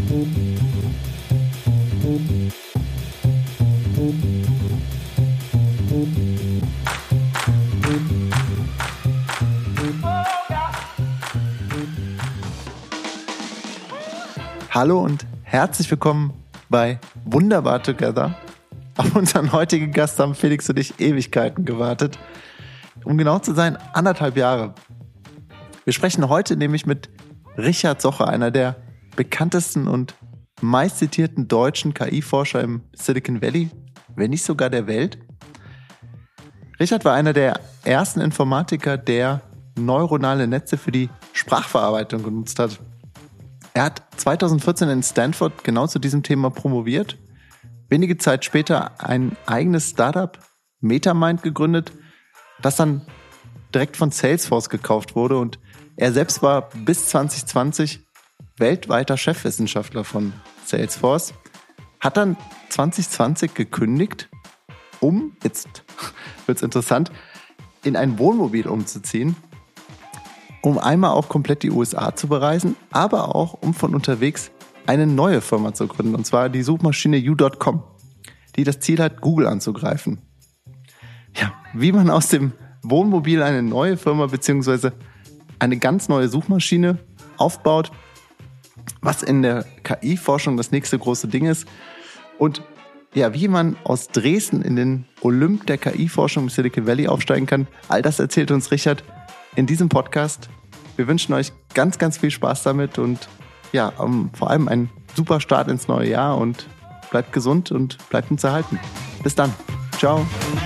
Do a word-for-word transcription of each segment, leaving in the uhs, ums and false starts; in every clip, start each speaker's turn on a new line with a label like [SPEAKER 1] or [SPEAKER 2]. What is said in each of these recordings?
[SPEAKER 1] Hallo und herzlich willkommen bei Wunderbar Together. Auf unseren heutigen Gast haben Felix und ich Ewigkeiten gewartet. Um genau zu sein, anderthalb Jahre. Wir sprechen heute nämlich mit Richard Socher, einer der bekanntesten und meistzitierten deutschen K I-Forscher im Silicon Valley, wenn nicht sogar der Welt. Richard war einer der ersten Informatiker, der neuronale Netze für die Sprachverarbeitung genutzt hat. Er hat zweitausendvierzehn in Stanford genau zu diesem Thema promoviert, wenige Zeit später ein eigenes Startup, MetaMind, gegründet, das dann direkt von Salesforce gekauft wurde, und er selbst war bis zwanzig zwanzig weltweiter Chefwissenschaftler von Salesforce, hat dann zwanzig zwanzig gekündigt, um, jetzt wird's interessant, in ein Wohnmobil umzuziehen, um einmal auch komplett die U S A zu bereisen, aber auch um von unterwegs eine neue Firma zu gründen, und zwar die Suchmaschine You Punkt com, die das Ziel hat, Google anzugreifen. Ja, wie man aus dem Wohnmobil eine neue Firma bzw. eine ganz neue Suchmaschine aufbaut, was in der K I-Forschung das nächste große Ding ist, und ja, wie man aus Dresden in den Olymp der K I-Forschung im Silicon Valley aufsteigen kann, all das erzählt uns Richard in diesem Podcast. Wir wünschen euch ganz, ganz viel Spaß damit und ja, um, vor allem einen super Start ins neue Jahr, und bleibt gesund und bleibt uns erhalten. Bis dann. Ciao.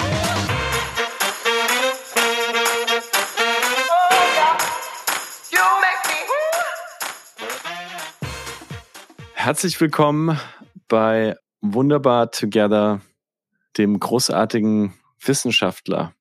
[SPEAKER 2] Herzlich willkommen bei Wunderbar Together, dem großartigen Wissenschaftler,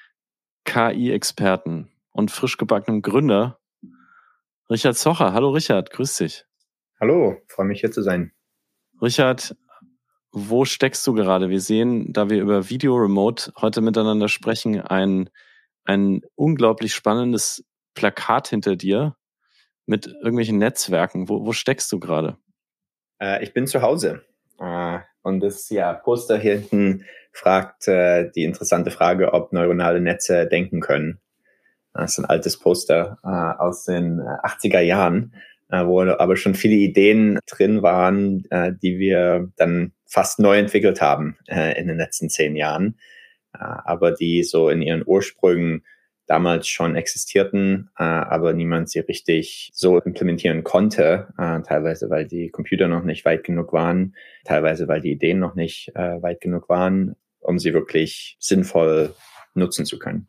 [SPEAKER 2] K I-Experten und frisch gebackenem Gründer Richard Socher. Hallo Richard, grüß dich.
[SPEAKER 3] Hallo, freue mich hier zu sein.
[SPEAKER 2] Richard, wo steckst du gerade? Wir sehen, da wir über Video Remote heute miteinander sprechen, ein, ein unglaublich spannendes Plakat hinter dir mit irgendwelchen Netzwerken. Wo, wo steckst du gerade?
[SPEAKER 3] Äh, ich bin zu Hause. Äh, und das ja, Poster hier hinten fragt äh, die interessante Frage, ob neuronale Netze denken können. Das ist ein altes Poster äh, aus den achtziger Jahren, äh, wo aber schon viele Ideen drin waren, äh, die wir dann fast neu entwickelt haben äh, in den letzten zehn Jahren, äh, aber die so in ihren Ursprüngen damals schon existierten, äh, aber niemand sie richtig so implementieren konnte, äh, teilweise weil die Computer noch nicht weit genug waren, teilweise weil die Ideen noch nicht äh, weit genug waren, um sie wirklich sinnvoll nutzen zu können.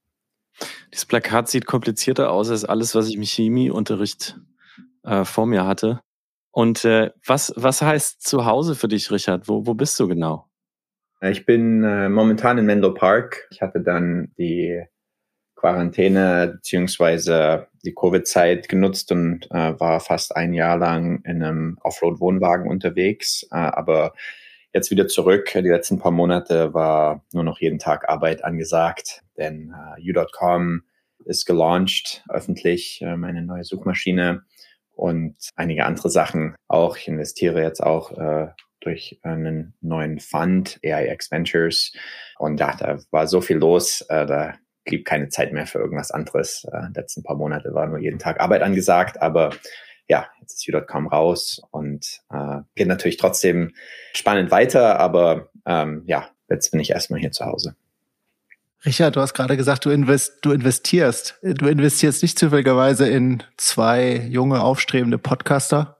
[SPEAKER 2] Dieses Plakat sieht komplizierter aus als alles, was ich im Chemieunterricht äh, vor mir hatte. Und äh, was was heißt zu Hause für dich, Richard? Wo wo bist du genau?
[SPEAKER 3] Ich bin äh, momentan in Menlo Park. Ich hatte dann die Quarantäne beziehungsweise die Covid-Zeit genutzt und äh, war fast ein Jahr lang in einem Offroad-Wohnwagen unterwegs, äh, aber jetzt wieder zurück. Die letzten paar Monate war nur noch jeden Tag Arbeit angesagt, denn uh, You Punkt com ist gelauncht, öffentlich, äh, meine neue Suchmaschine und einige andere Sachen auch. Ich investiere jetzt auch äh, durch einen neuen Fund, A I X Ventures, und ja, da war so viel los, äh, da blieb keine Zeit mehr für irgendwas anderes. Äh, die letzten paar Monate war nur jeden Tag Arbeit angesagt, aber ja, jetzt ist You Punkt com raus und äh, geht natürlich trotzdem spannend weiter, aber ähm, ja, jetzt bin ich erstmal hier zu Hause.
[SPEAKER 1] Richard, du hast gerade gesagt, du, invest, du investierst. Du investierst nicht zufälligerweise in zwei junge, aufstrebende Podcaster?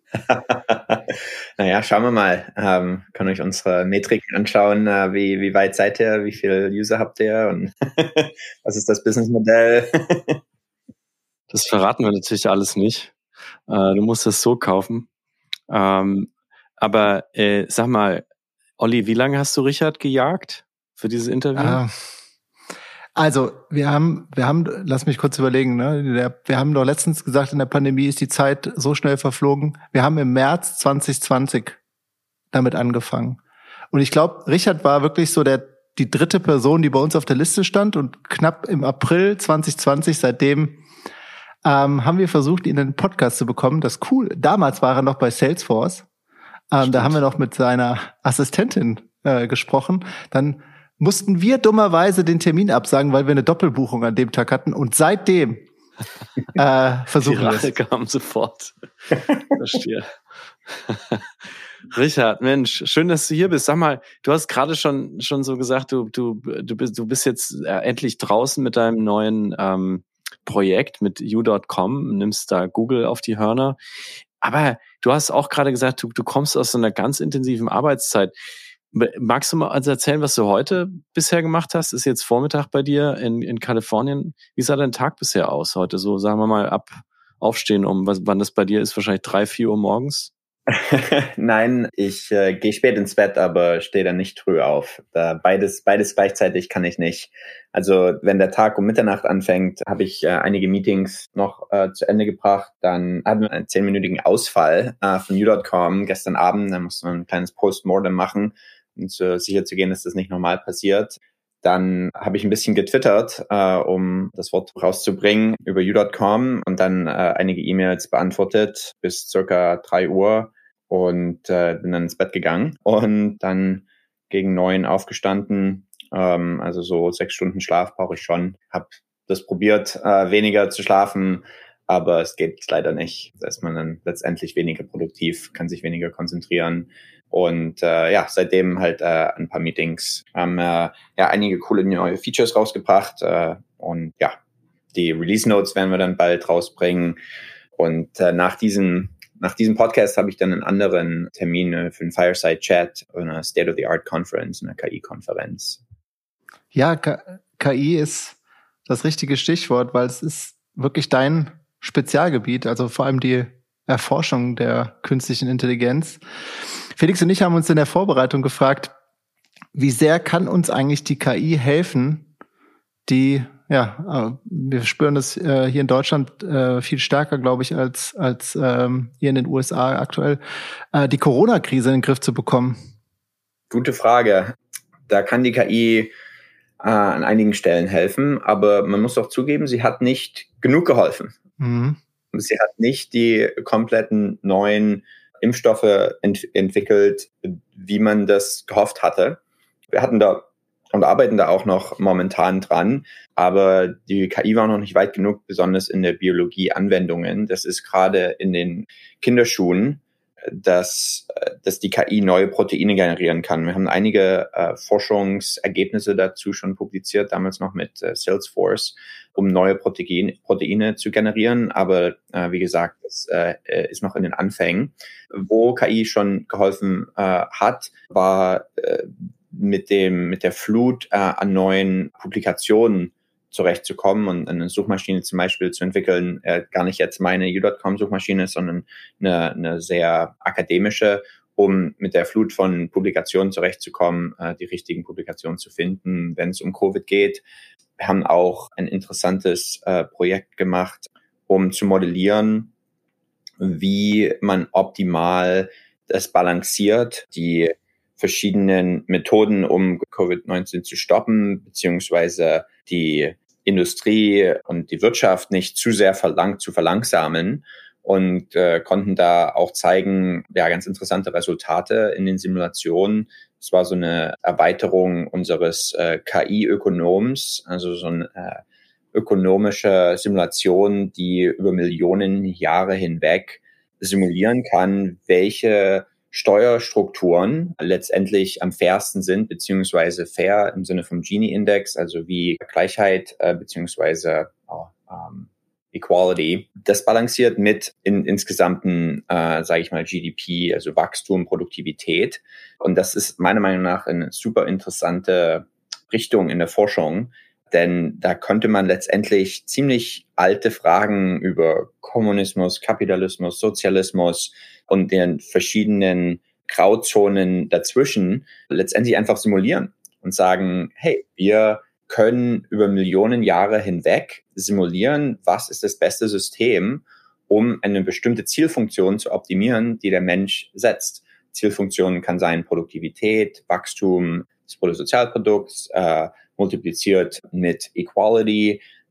[SPEAKER 3] Naja, schauen wir mal. Ähm, kann euch unsere Metriken anschauen, äh, wie, wie weit seid ihr, wie viele User habt ihr und was ist das Businessmodell?
[SPEAKER 2] Das verraten wir natürlich alles nicht. Äh, du musst das so kaufen. Ähm, aber äh, sag mal, Olli, wie lange hast du Richard gejagt für dieses Interview?
[SPEAKER 1] Ah, also wir haben, wir haben, lass mich kurz überlegen, ne? Der, wir haben doch letztens gesagt, in der Pandemie ist die Zeit so schnell verflogen. Wir haben im März zwanzig zwanzig damit angefangen. Und ich glaube, Richard war wirklich so der die dritte Person, die bei uns auf der Liste stand, und knapp im April zwanzig zwanzig, seitdem ähm, haben wir versucht, ihn in den Podcast zu bekommen. Das cool. Damals war er noch bei Salesforce. Ähm, da haben wir noch mit seiner Assistentin äh, gesprochen. Dann mussten wir dummerweise den Termin absagen, weil wir eine Doppelbuchung an dem Tag hatten. Und seitdem äh, versuchen wir es.
[SPEAKER 2] Die Rache kam sofort. Verstehe. Richard, Mensch, schön, dass du hier bist. Sag mal, du hast gerade schon schon so gesagt, du du du bist du bist jetzt äh, endlich draußen mit deinem neuen ähm, Projekt mit you Punkt com, nimmst da Google auf die Hörner. Aber du hast auch gerade gesagt, du, du kommst aus so einer ganz intensiven Arbeitszeit. Magst du mal also erzählen, was du heute bisher gemacht hast? Ist jetzt Vormittag bei dir in, in Kalifornien. Wie sah dein Tag bisher aus heute? So, sagen wir mal, ab aufstehen um, was, wann das bei dir ist, wahrscheinlich drei, vier Uhr morgens?
[SPEAKER 3] Nein, ich äh, gehe spät ins Bett, aber stehe dann nicht früh auf. Da beides, beides gleichzeitig kann ich nicht. Also wenn der Tag um Mitternacht anfängt, habe ich äh, einige Meetings noch äh, zu Ende gebracht. Dann hatten wir einen zehnminütigen Ausfall äh, von you Punkt com gestern Abend. Da musste man ein kleines Postmortem machen, um zu, sicher zu gehen, dass das nicht nochmal passiert. Dann habe ich ein bisschen getwittert, äh, um das Wort rauszubringen über you Punkt com und dann äh, einige E-Mails beantwortet bis circa drei Uhr und äh, bin dann ins Bett gegangen und dann gegen neun aufgestanden. Ähm, also so sechs Stunden Schlaf brauche ich schon. Habe das probiert, äh, weniger zu schlafen, aber es geht leider nicht. Da ist man dann letztendlich weniger produktiv, kann sich weniger konzentrieren. Und äh, ja, seitdem halt äh, ein paar Meetings, haben äh, ja einige coole neue Features rausgebracht äh, und ja, die Release Notes werden wir dann bald rausbringen. Und äh, nach diesem nach diesem Podcast habe ich dann einen anderen Termin äh, für einen Fireside Chat, eine State of the Art Conference, eine K I-Konferenz.
[SPEAKER 1] Ja, K- KI ist das richtige Stichwort, weil es ist wirklich dein Spezialgebiet, also vor allem die Erforschung der künstlichen Intelligenz. Felix und ich haben uns in der Vorbereitung gefragt, wie sehr kann uns eigentlich die K I helfen, die, ja, wir spüren das äh, hier in Deutschland äh, viel stärker, glaube ich, als als ähm, hier in den U S A aktuell, äh, die Corona-Krise in den Griff zu bekommen.
[SPEAKER 3] Gute Frage. Da kann die K I äh, an einigen Stellen helfen, aber man muss auch zugeben, sie hat nicht genug geholfen.
[SPEAKER 1] Mhm.
[SPEAKER 3] Sie hat nicht die kompletten neuen Impfstoffe ent- entwickelt, wie man das gehofft hatte. Wir hatten da und arbeiten da auch noch momentan dran, aber die K I war noch nicht weit genug, besonders in der Biologie-Anwendungen. Das ist gerade in den Kinderschuhen, dass, dass die K I neue Proteine generieren kann. Wir haben einige äh, Forschungsergebnisse dazu schon publiziert, damals noch mit äh, Salesforce, um neue Proteine, Proteine zu generieren. Aber äh, wie gesagt, das äh, ist noch in den Anfängen. Wo K I schon geholfen äh, hat, war äh, mit dem mit der Flut äh, an neuen Publikationen zurechtzukommen und eine Suchmaschine zum Beispiel zu entwickeln, äh, gar nicht jetzt meine you Punkt com Suchmaschine, sondern eine, eine sehr akademische, um mit der Flut von Publikationen zurechtzukommen, äh, die richtigen Publikationen zu finden, wenn es um Covid geht. Wir haben auch ein interessantes äh, Projekt gemacht, um zu modellieren, wie man optimal das balanciert, die verschiedenen Methoden, um Covid neunzehn zu stoppen, beziehungsweise die Industrie und die Wirtschaft nicht zu sehr verlang zu verlangsamen und äh, konnten da auch zeigen, ja, ganz interessante Resultate in den Simulationen. Es war so eine Erweiterung unseres äh, K I-Ökonoms, also so eine äh, ökonomische Simulation, die über Millionen Jahre hinweg simulieren kann, welche Steuerstrukturen letztendlich am fairsten sind, beziehungsweise fair im Sinne vom Gini-Index, also wie Gleichheit äh, beziehungsweise oh, um, Equality. Das balanciert mit in, insgesamten, äh, sage ich mal, G D P, also Wachstum, Produktivität. Und das ist meiner Meinung nach eine super interessante Richtung in der Forschung, denn da könnte man letztendlich ziemlich alte Fragen über Kommunismus, Kapitalismus, Sozialismus und den verschiedenen Grauzonen dazwischen letztendlich einfach simulieren und sagen, hey, wir können über Millionen Jahre hinweg simulieren, was ist das beste System, um eine bestimmte Zielfunktion zu optimieren, die der Mensch setzt. Zielfunktionen kann sein Produktivität, Wachstum des Bruttosozialprodukts, äh, multipliziert mit Equality,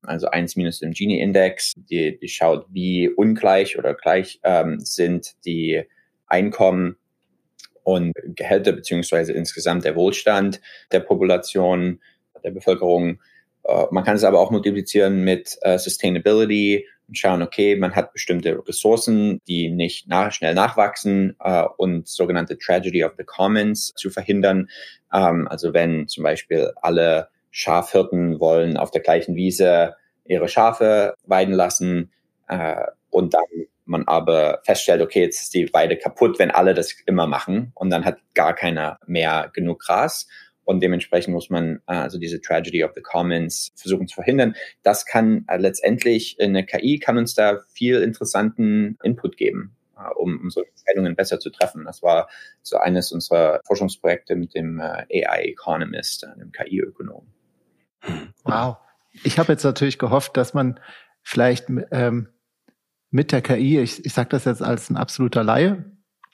[SPEAKER 3] also eins minus dem Gini-Index, die, die schaut, wie ungleich oder gleich ähm, sind die Einkommen und Gehälter beziehungsweise insgesamt der Wohlstand der Population, der Bevölkerung. Uh, man kann es aber auch multiplizieren mit uh, Sustainability und schauen, okay, man hat bestimmte Ressourcen, die nicht nach, schnell nachwachsen uh, und sogenannte Tragedy of the Commons zu verhindern. Um, also wenn zum Beispiel alle Schafhirten wollen auf der gleichen Wiese ihre Schafe weiden lassen uh, und dann man aber feststellt, okay, jetzt ist die Weide kaputt, wenn alle das immer machen und dann hat gar keiner mehr genug Gras. Und dementsprechend muss man äh, also diese Tragedy of the Commons versuchen zu verhindern. Das kann äh, letztendlich, eine K I kann uns da viel interessanten Input geben, äh, um, um solche Entscheidungen besser zu treffen. Das war so eines unserer Forschungsprojekte mit dem äh, A I Economist, äh, dem K I-Ökonom.
[SPEAKER 1] Wow. Ich habe jetzt natürlich gehofft, dass man vielleicht ähm, mit der K I, ich, ich sage das jetzt als ein absoluter Laie,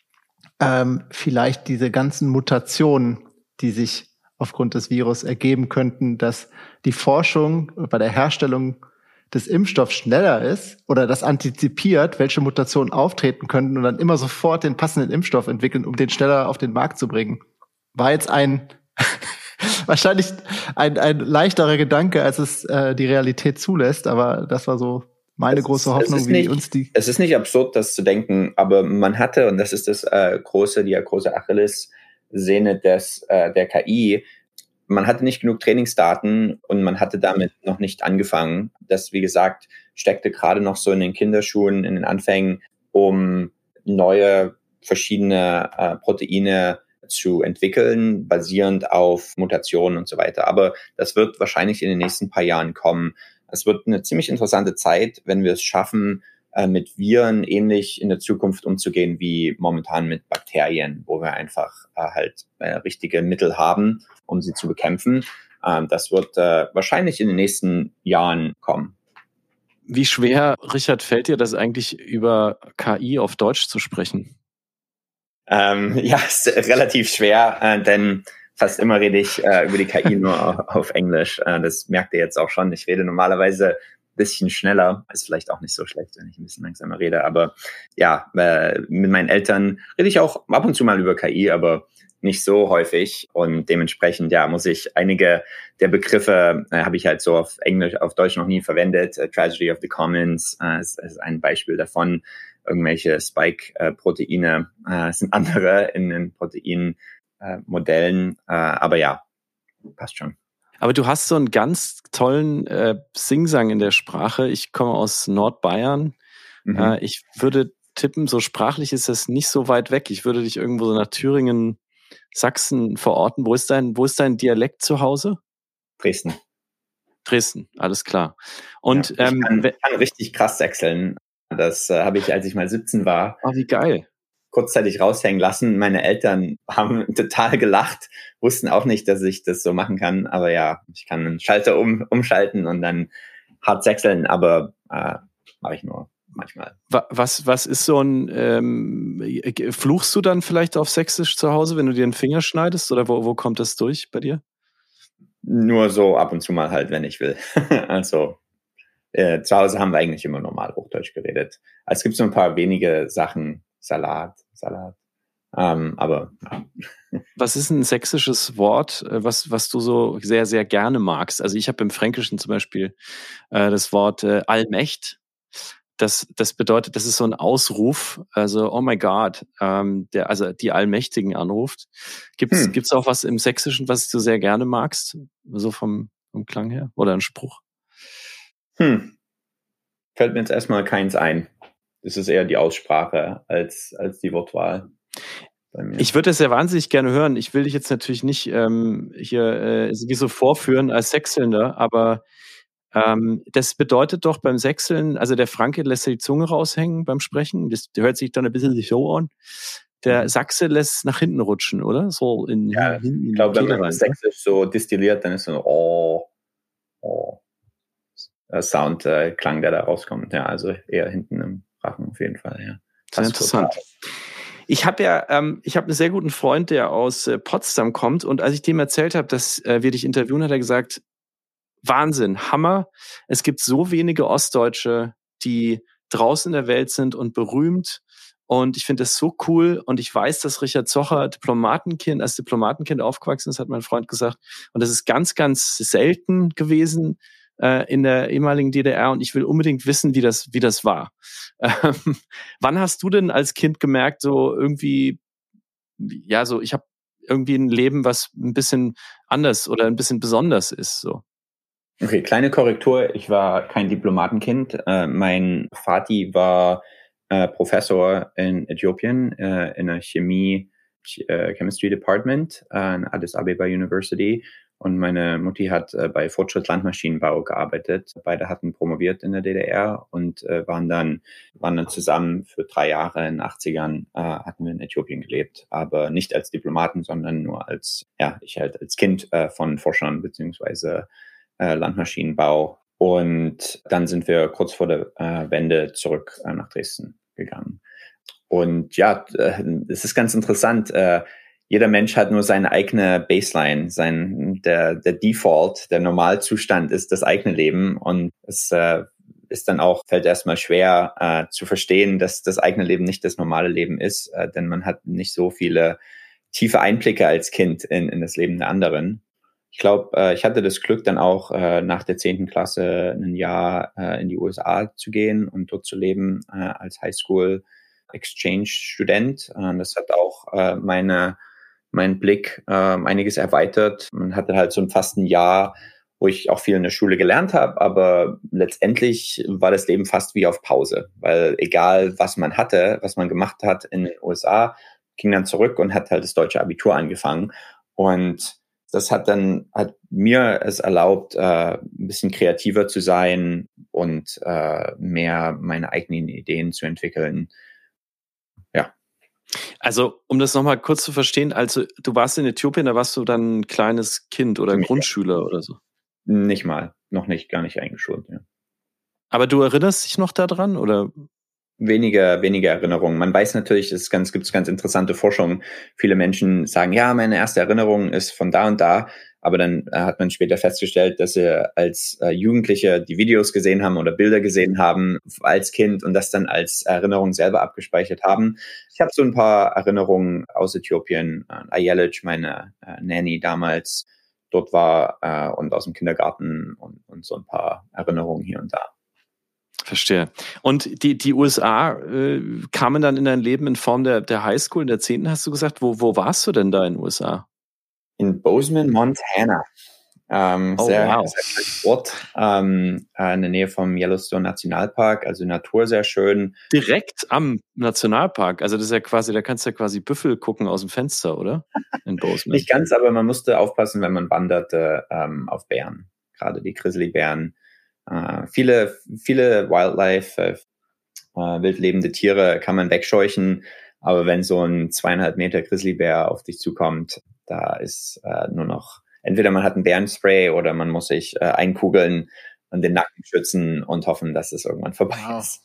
[SPEAKER 1] ähm, vielleicht diese ganzen Mutationen, die sich aufgrund des Virus ergeben könnten, dass die Forschung bei der Herstellung des Impfstoffs schneller ist oder das antizipiert, welche Mutationen auftreten könnten und dann immer sofort den passenden Impfstoff entwickeln, um den schneller auf den Markt zu bringen. War jetzt ein wahrscheinlich ein, ein leichterer Gedanke, als es äh, die Realität zulässt, aber das war so meine es große ist, Hoffnung, wie
[SPEAKER 3] nicht,
[SPEAKER 1] uns die...
[SPEAKER 3] Es ist nicht absurd, das zu denken, aber man hatte, und das ist das äh, große, die große Achilles Sehne des, äh, der K I. Man hatte nicht genug Trainingsdaten und man hatte damit noch nicht angefangen. Das, wie gesagt, steckte gerade noch so in den Kinderschuhen, in den Anfängen, um neue verschiedene äh, Proteine zu entwickeln, basierend auf Mutationen und so weiter. Aber das wird wahrscheinlich in den nächsten paar Jahren kommen. Es wird eine ziemlich interessante Zeit, wenn wir es schaffen, mit Viren ähnlich in der Zukunft umzugehen wie momentan mit Bakterien, wo wir einfach äh, halt äh, richtige Mittel haben, um sie zu bekämpfen. Ähm, das wird äh, wahrscheinlich in den nächsten Jahren kommen.
[SPEAKER 2] Wie schwer, Richard, fällt dir das eigentlich, über K I auf Deutsch zu sprechen?
[SPEAKER 3] Ähm, ja, ist relativ schwer, äh, denn fast immer rede ich äh, über die K I nur auf, auf Englisch. Äh, das merkt ihr jetzt auch schon. Ich rede normalerweise bisschen schneller, ist vielleicht auch nicht so schlecht, wenn ich ein bisschen langsamer rede, aber ja, äh, mit meinen Eltern rede ich auch ab und zu mal über K I, aber nicht so häufig und dementsprechend, ja, muss ich einige der Begriffe, äh, habe ich halt so auf Englisch, auf Deutsch noch nie verwendet. Uh, Tragedy of the Commons äh, ist, ist ein Beispiel davon. Irgendwelche Spike-Proteine äh, sind andere in den Proteinmodellen, äh, äh, aber ja, passt schon.
[SPEAKER 2] Aber du hast so einen ganz tollen äh, Singsang in der Sprache. Ich komme aus Nordbayern. Mhm. Äh, ich würde tippen, so sprachlich ist das nicht so weit weg. Ich würde dich irgendwo so nach Thüringen, Sachsen verorten. Wo ist dein, wo ist dein Dialekt zu Hause?
[SPEAKER 3] Dresden.
[SPEAKER 2] Dresden, alles klar. Und
[SPEAKER 3] ja, ich
[SPEAKER 2] ähm,
[SPEAKER 3] kann, kann richtig krass sechseln. Das äh, habe ich, als ich mal siebzehn war.
[SPEAKER 2] Oh, wie geil.
[SPEAKER 3] Kurzzeitig raushängen lassen. Meine Eltern haben total gelacht, wussten auch nicht, dass ich das so machen kann. Aber ja, ich kann einen Schalter um, umschalten und dann hart sechseln, aber äh, mache ich nur manchmal.
[SPEAKER 2] Was, was ist so ein, ähm, fluchst du dann vielleicht auf Sächsisch zu Hause, wenn du dir den Finger schneidest? Oder wo, wo kommt das durch bei dir?
[SPEAKER 3] Nur so ab und zu mal halt, wenn ich will. Also äh, zu Hause haben wir eigentlich immer normal Hochdeutsch geredet. Also es gibt so ein paar wenige Sachen, Salat, Salat. Ähm, aber ja.
[SPEAKER 2] Was ist ein sächsisches Wort, was was du so sehr, sehr gerne magst? Also ich habe im Fränkischen zum Beispiel äh, das Wort äh, Allmächt. Das, das bedeutet, das ist so ein Ausruf, also oh my God, ähm, der also die Allmächtigen anruft. Gibt's hm. gibt's auch was im Sächsischen, was du sehr gerne magst, so vom, vom Klang her? Oder ein Spruch?
[SPEAKER 3] Hm. Fällt mir jetzt erstmal keins ein. Das ist eher die Aussprache als, als die Wortwahl bei mir.
[SPEAKER 2] Ich würde das ja wahnsinnig gerne hören. Ich will dich jetzt natürlich nicht ähm, hier äh, wie so vorführen als Sächselnder, aber ähm, das bedeutet doch beim Sächseln, also der Franke lässt die Zunge raushängen beim Sprechen. Das hört sich dann ein bisschen so an. Der Sachse lässt nach hinten rutschen, oder? So in,
[SPEAKER 3] ja,
[SPEAKER 2] hinten
[SPEAKER 3] ich glaube, wenn man
[SPEAKER 2] rein,
[SPEAKER 3] das Sächsisch so distilliert, dann ist so ein oh, oh Soundklang, äh, der da rauskommt. Ja, also eher hinten im Rachen auf jeden Fall, ja.
[SPEAKER 2] Sehr interessant. Total. Ich habe ja, ähm, ich habe einen sehr guten Freund, der aus äh, Potsdam kommt und als ich dem erzählt habe, dass äh, wir dich interviewen, hat er gesagt, Wahnsinn, Hammer. Es gibt so wenige Ostdeutsche, die draußen in der Welt sind und berühmt. Und ich finde das so cool. Und ich weiß, dass Richard Zocher Diplomatenkind, als Diplomatenkind aufgewachsen ist, hat mein Freund gesagt. Und das ist ganz, ganz selten gewesen äh, in der ehemaligen D D R. Und ich will unbedingt wissen, wie das, wie das war. Ähm, wann hast du denn als Kind gemerkt, so irgendwie, ja, so ich habe irgendwie ein Leben, was ein bisschen anders oder ein bisschen besonders ist, so?
[SPEAKER 3] Okay, kleine Korrektur. Ich war kein Diplomatenkind. Äh, mein Vati war äh, Professor in Äthiopien äh, in der Chemie, äh, Chemistry Department äh, an Addis Abeba University. Und meine Mutti hat äh, bei Fortschritt Landmaschinenbau gearbeitet. Beide hatten promoviert in der D D R und äh, waren dann waren dann zusammen für drei Jahre in den achtzigern äh, hatten wir in Äthiopien gelebt, aber nicht als Diplomaten, sondern nur als ja ich halt als Kind äh, von Forschern beziehungsweise äh, Landmaschinenbau. Und dann sind wir kurz vor der äh, Wende zurück äh, nach Dresden gegangen. Und ja, äh, es ist ganz interessant. Äh, Jeder Mensch hat nur seine eigene Baseline, sein der der Default, der Normalzustand ist das eigene Leben und es äh, ist dann auch fällt erstmal schwer äh, zu verstehen, dass das eigene Leben nicht das normale Leben ist, äh, denn man hat nicht so viele tiefe Einblicke als Kind in in das Leben der anderen. Ich glaube, äh, ich hatte das Glück dann auch äh, nach der zehnten Klasse ein Jahr äh, in die U S A zu gehen und dort zu leben äh, als Highschool Exchange Student. Äh, das hat auch äh, meine mein Blick äh, einiges erweitert. Man hatte halt so ein fast ein Jahr, wo ich auch viel in der Schule gelernt habe, aber letztendlich war das Leben fast wie auf Pause, weil egal was man hatte, was man gemacht hat in den U S A, ging dann zurück und hat halt das deutsche Abitur angefangen. Und das hat dann hat mir es erlaubt, äh, ein bisschen kreativer zu sein und äh, mehr meine eigenen Ideen zu entwickeln. Ja.
[SPEAKER 2] Also, um das nochmal kurz zu verstehen, also du warst in Äthiopien, da warst du dann ein kleines Kind oder
[SPEAKER 3] Nicht
[SPEAKER 2] Grundschüler oder so?
[SPEAKER 3] Nicht mal, noch nicht, gar nicht eingeschult, ja.
[SPEAKER 2] Aber du erinnerst dich noch daran, oder?
[SPEAKER 3] Weniger, weniger Erinnerungen. Man weiß natürlich, es ganz, gibt's ganz interessante Forschung. Viele Menschen sagen, ja, meine erste Erinnerung ist von da und da. Aber dann äh, hat man später festgestellt, dass sie als äh, Jugendliche die Videos gesehen haben oder Bilder gesehen haben als Kind und das dann als Erinnerung selber abgespeichert haben. Ich habe so ein paar Erinnerungen aus Äthiopien. Äh, Ayelic, meine äh, Nanny damals, dort war äh, und aus dem Kindergarten und, und so ein paar Erinnerungen hier und da.
[SPEAKER 2] Verstehe. Und die, die U S A äh, kamen dann in dein Leben in Form der, der Highschool, in der zehnten hast du gesagt. Wo, wo warst du denn da in den U S A?
[SPEAKER 3] In Bozeman, Montana. Ähm,
[SPEAKER 2] oh,
[SPEAKER 3] sehr,
[SPEAKER 2] wow.
[SPEAKER 3] sehr schöner Ort, ähm, in der Nähe vom Yellowstone Nationalpark, also Natur sehr schön.
[SPEAKER 2] Direkt am Nationalpark, also das ist ja quasi, da kannst du ja quasi Büffel gucken aus dem Fenster, oder? In Bozeman.
[SPEAKER 3] Nicht ganz, aber man musste aufpassen, wenn man wanderte, ähm, auf Bären, gerade die Grizzlybären. Äh, viele, viele Wildlife, äh, wildlebende Tiere kann man wegscheuchen, aber wenn so ein zweieinhalb Meter Grizzlybär auf dich zukommt, da ist äh, nur noch, entweder man hat ein Bärenspray oder man muss sich äh, einkugeln und den Nacken schützen und hoffen, dass es irgendwann vorbei wow. ist.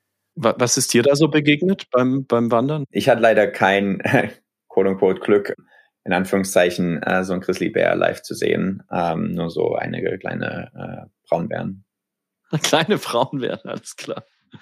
[SPEAKER 2] Was ist dir da so begegnet beim, beim Wandern?
[SPEAKER 3] Ich hatte leider kein quote-unquote Glück, in Anführungszeichen, äh, so ein Grizzlybär live zu sehen. Ähm, nur so einige kleine äh, Braunbären.
[SPEAKER 2] Kleine Braunbären, alles klar.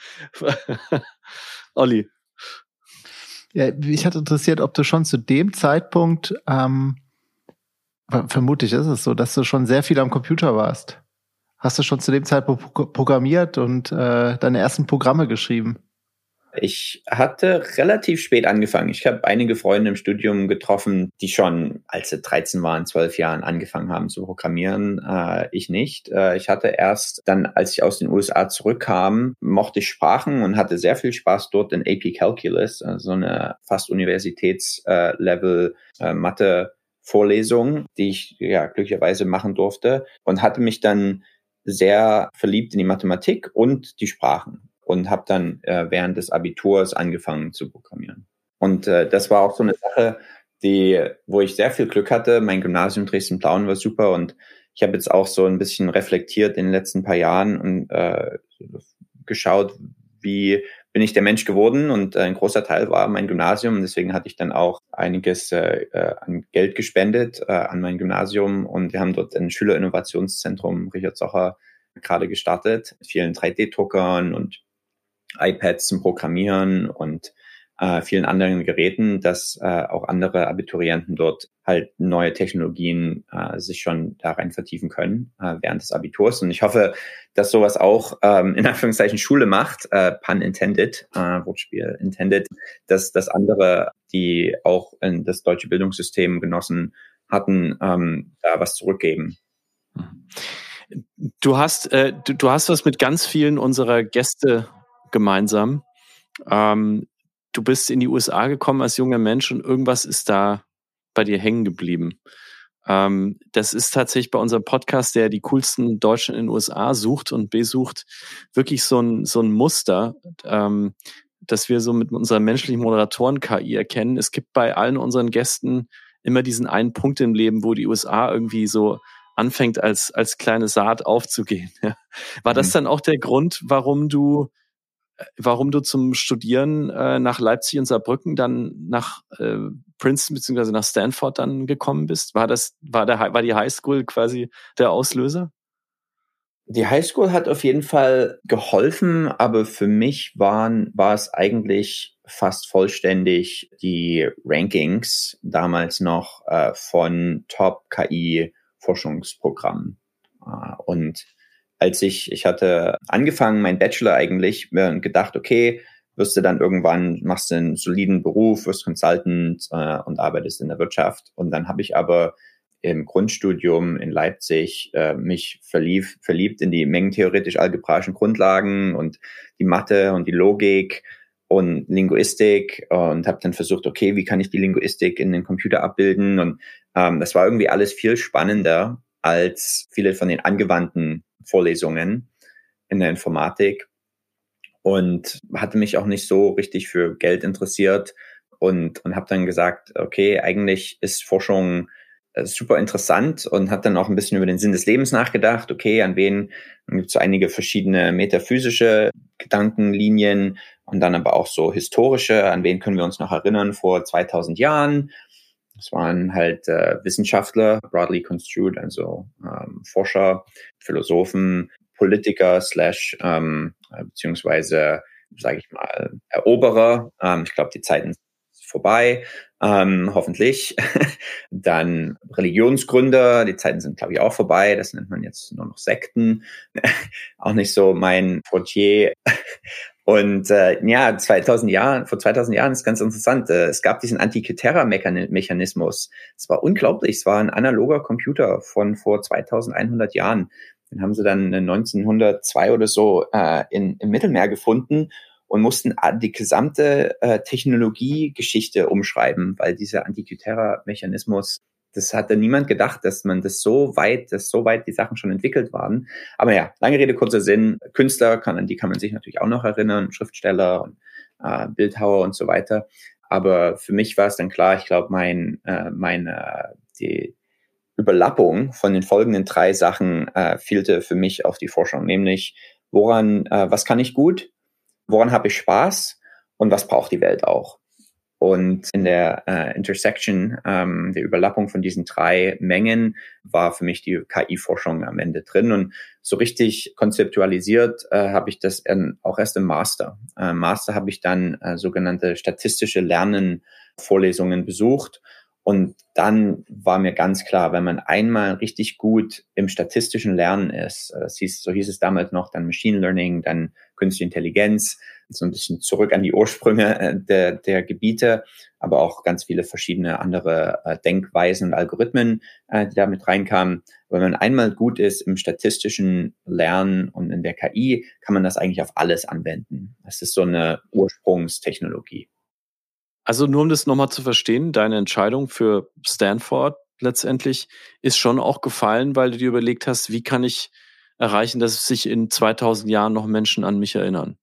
[SPEAKER 2] Olli.
[SPEAKER 1] Ja, mich hat interessiert, ob du schon zu dem Zeitpunkt, ähm, vermutlich ist es so, dass du schon sehr viel am Computer warst. Hast du schon zu dem Zeitpunkt programmiert und äh, deine ersten Programme geschrieben?
[SPEAKER 3] Ich hatte relativ spät angefangen. Ich habe einige Freunde im Studium getroffen, die schon, als sie dreizehn waren, zwölf Jahren angefangen haben zu programmieren. Äh, ich nicht. Äh, ich hatte erst dann, als ich aus den U S A zurückkam, mochte ich Sprachen und hatte sehr viel Spaß dort in A P Calculus, also eine fast Universitätslevel äh, Mathe-Vorlesung, die ich ja glücklicherweise machen durfte und hatte mich dann sehr verliebt in die Mathematik und die Sprachen. Und habe dann äh, während des Abiturs angefangen zu programmieren. Und äh, das war auch so eine Sache, die, wo ich sehr viel Glück hatte. Mein Gymnasium Dresden-Plauen war super und ich habe jetzt auch so ein bisschen reflektiert in den letzten paar Jahren und äh, geschaut, wie bin ich der Mensch geworden und ein großer Teil war mein Gymnasium. Und deswegen hatte ich dann auch einiges äh, an Geld gespendet äh, an mein Gymnasium. Und wir haben dort ein Schülerinnovationszentrum Richard Socher gerade gestartet mit vielen drei D-Druckern und iPads zum Programmieren und äh, vielen anderen Geräten, dass äh, auch andere Abiturienten dort halt neue Technologien äh, sich schon da rein vertiefen können äh, während des Abiturs. Und ich hoffe, dass sowas auch ähm, in Anführungszeichen Schule macht, äh, pun intended, äh, Wortspiel intended, dass, dass andere, die auch in das deutsche Bildungssystem genossen hatten, ähm, da was zurückgeben.
[SPEAKER 2] Du hast, äh, du, du hast was mit ganz vielen unserer Gäste gemeinsam. Ähm, du bist in die U S A gekommen als junger Mensch und irgendwas ist da bei dir hängen geblieben. Ähm, das ist tatsächlich bei unserem Podcast, der die coolsten Deutschen in den U S A sucht und besucht, wirklich so ein, so ein Muster, ähm, das wir so mit unserer menschlichen Moderatoren-K I erkennen. Es gibt bei allen unseren Gästen immer diesen einen Punkt im Leben, wo die U S A irgendwie so anfängt, als, als kleine Saat aufzugehen. Ja. War das dann auch der Grund, warum du warum du zum Studieren äh, nach Leipzig und Saarbrücken dann nach äh, Princeton beziehungsweise nach Stanford dann gekommen bist? War das, war der, war die Highschool quasi der Auslöser?
[SPEAKER 3] Die Highschool hat auf jeden Fall geholfen, aber für mich waren, war es eigentlich fast vollständig die Rankings damals noch äh, von Top-K I-Forschungsprogrammen. Äh, und als ich, ich hatte angefangen, mein Bachelor eigentlich, und gedacht, okay, wirst du dann irgendwann, machst du einen soliden Beruf, wirst Consultant äh, und arbeitest in der Wirtschaft. Und dann habe ich aber im Grundstudium in Leipzig äh, mich verlief, verliebt in die mengentheoretisch-algebraischen Grundlagen und die Mathe und die Logik und Linguistik und habe dann versucht, okay, wie kann ich die Linguistik in den Computer abbilden? Und ähm, das war irgendwie alles viel spannender als viele von den angewandten Vorlesungen in der Informatik und hatte mich auch nicht so richtig für Geld interessiert und, und habe dann gesagt, okay, eigentlich ist Forschung äh, super interessant und habe dann auch ein bisschen über den Sinn des Lebens nachgedacht. Okay, an wen, dann gibt es so einige verschiedene metaphysische Gedankenlinien und dann aber auch so historische, an wen können wir uns noch erinnern vor zweitausend Jahren. Das waren halt äh, Wissenschaftler, broadly construed, also ähm, Forscher, Philosophen, Politiker slash ähm, beziehungsweise, sage ich mal, Eroberer. Ähm, ich glaube, die Zeiten sind vorbei, ähm, hoffentlich. Dann Religionsgründer, die Zeiten sind, glaube ich, auch vorbei. Das nennt man jetzt nur noch Sekten. Auch nicht so mein Fortier. Und äh, ja, zweitausend Jahren, vor zweitausend Jahren ist ganz interessant. Äh, es gab diesen Antikythera-Mechanismus. Es war unglaublich. Es war ein analoger Computer von vor zweitausendeinhundert Jahren. Den haben sie dann neunzehnhundertzwei oder so äh, in, im Mittelmeer gefunden und mussten die gesamte äh, Technologiegeschichte umschreiben, weil dieser Antikythera-Mechanismus, das hatte niemand gedacht, dass man das so weit, dass so weit die Sachen schon entwickelt waren. Aber ja, lange Rede, kurzer Sinn. Künstler, kann, an die kann man sich natürlich auch noch erinnern, Schriftsteller und äh, Bildhauer und so weiter. Aber für mich war es dann klar, ich glaube, mein, äh, meine, die Überlappung von den folgenden drei Sachen äh, fehlte für mich auf die Forschung, nämlich woran, äh, was kann ich gut, woran habe ich Spaß und was braucht die Welt auch? Und in der äh, Intersection, ähm, der Überlappung von diesen drei Mengen war für mich die K I-Forschung am Ende drin. Und so richtig konzeptualisiert äh, habe ich das in, auch erst im Master. Äh, Master habe ich dann äh, sogenannte statistische Lernen-Vorlesungen besucht. Und dann war mir ganz klar, wenn man einmal richtig gut im statistischen Lernen ist, das hieß, so hieß es damals noch, dann Machine Learning, dann Künstliche Intelligenz, so ein bisschen zurück an die Ursprünge der, der Gebiete, aber auch ganz viele verschiedene andere äh, Denkweisen und Algorithmen, äh, die da mit reinkamen. Aber wenn man einmal gut ist im statistischen Lernen und in der K I, kann man das eigentlich auf alles anwenden. Das ist so eine Ursprungstechnologie.
[SPEAKER 2] Also nur um das nochmal zu verstehen, deine Entscheidung für Stanford letztendlich ist schon auch gefallen, weil du dir überlegt hast, wie kann ich erreichen, dass sich in zweitausend Jahren noch Menschen an mich erinnern?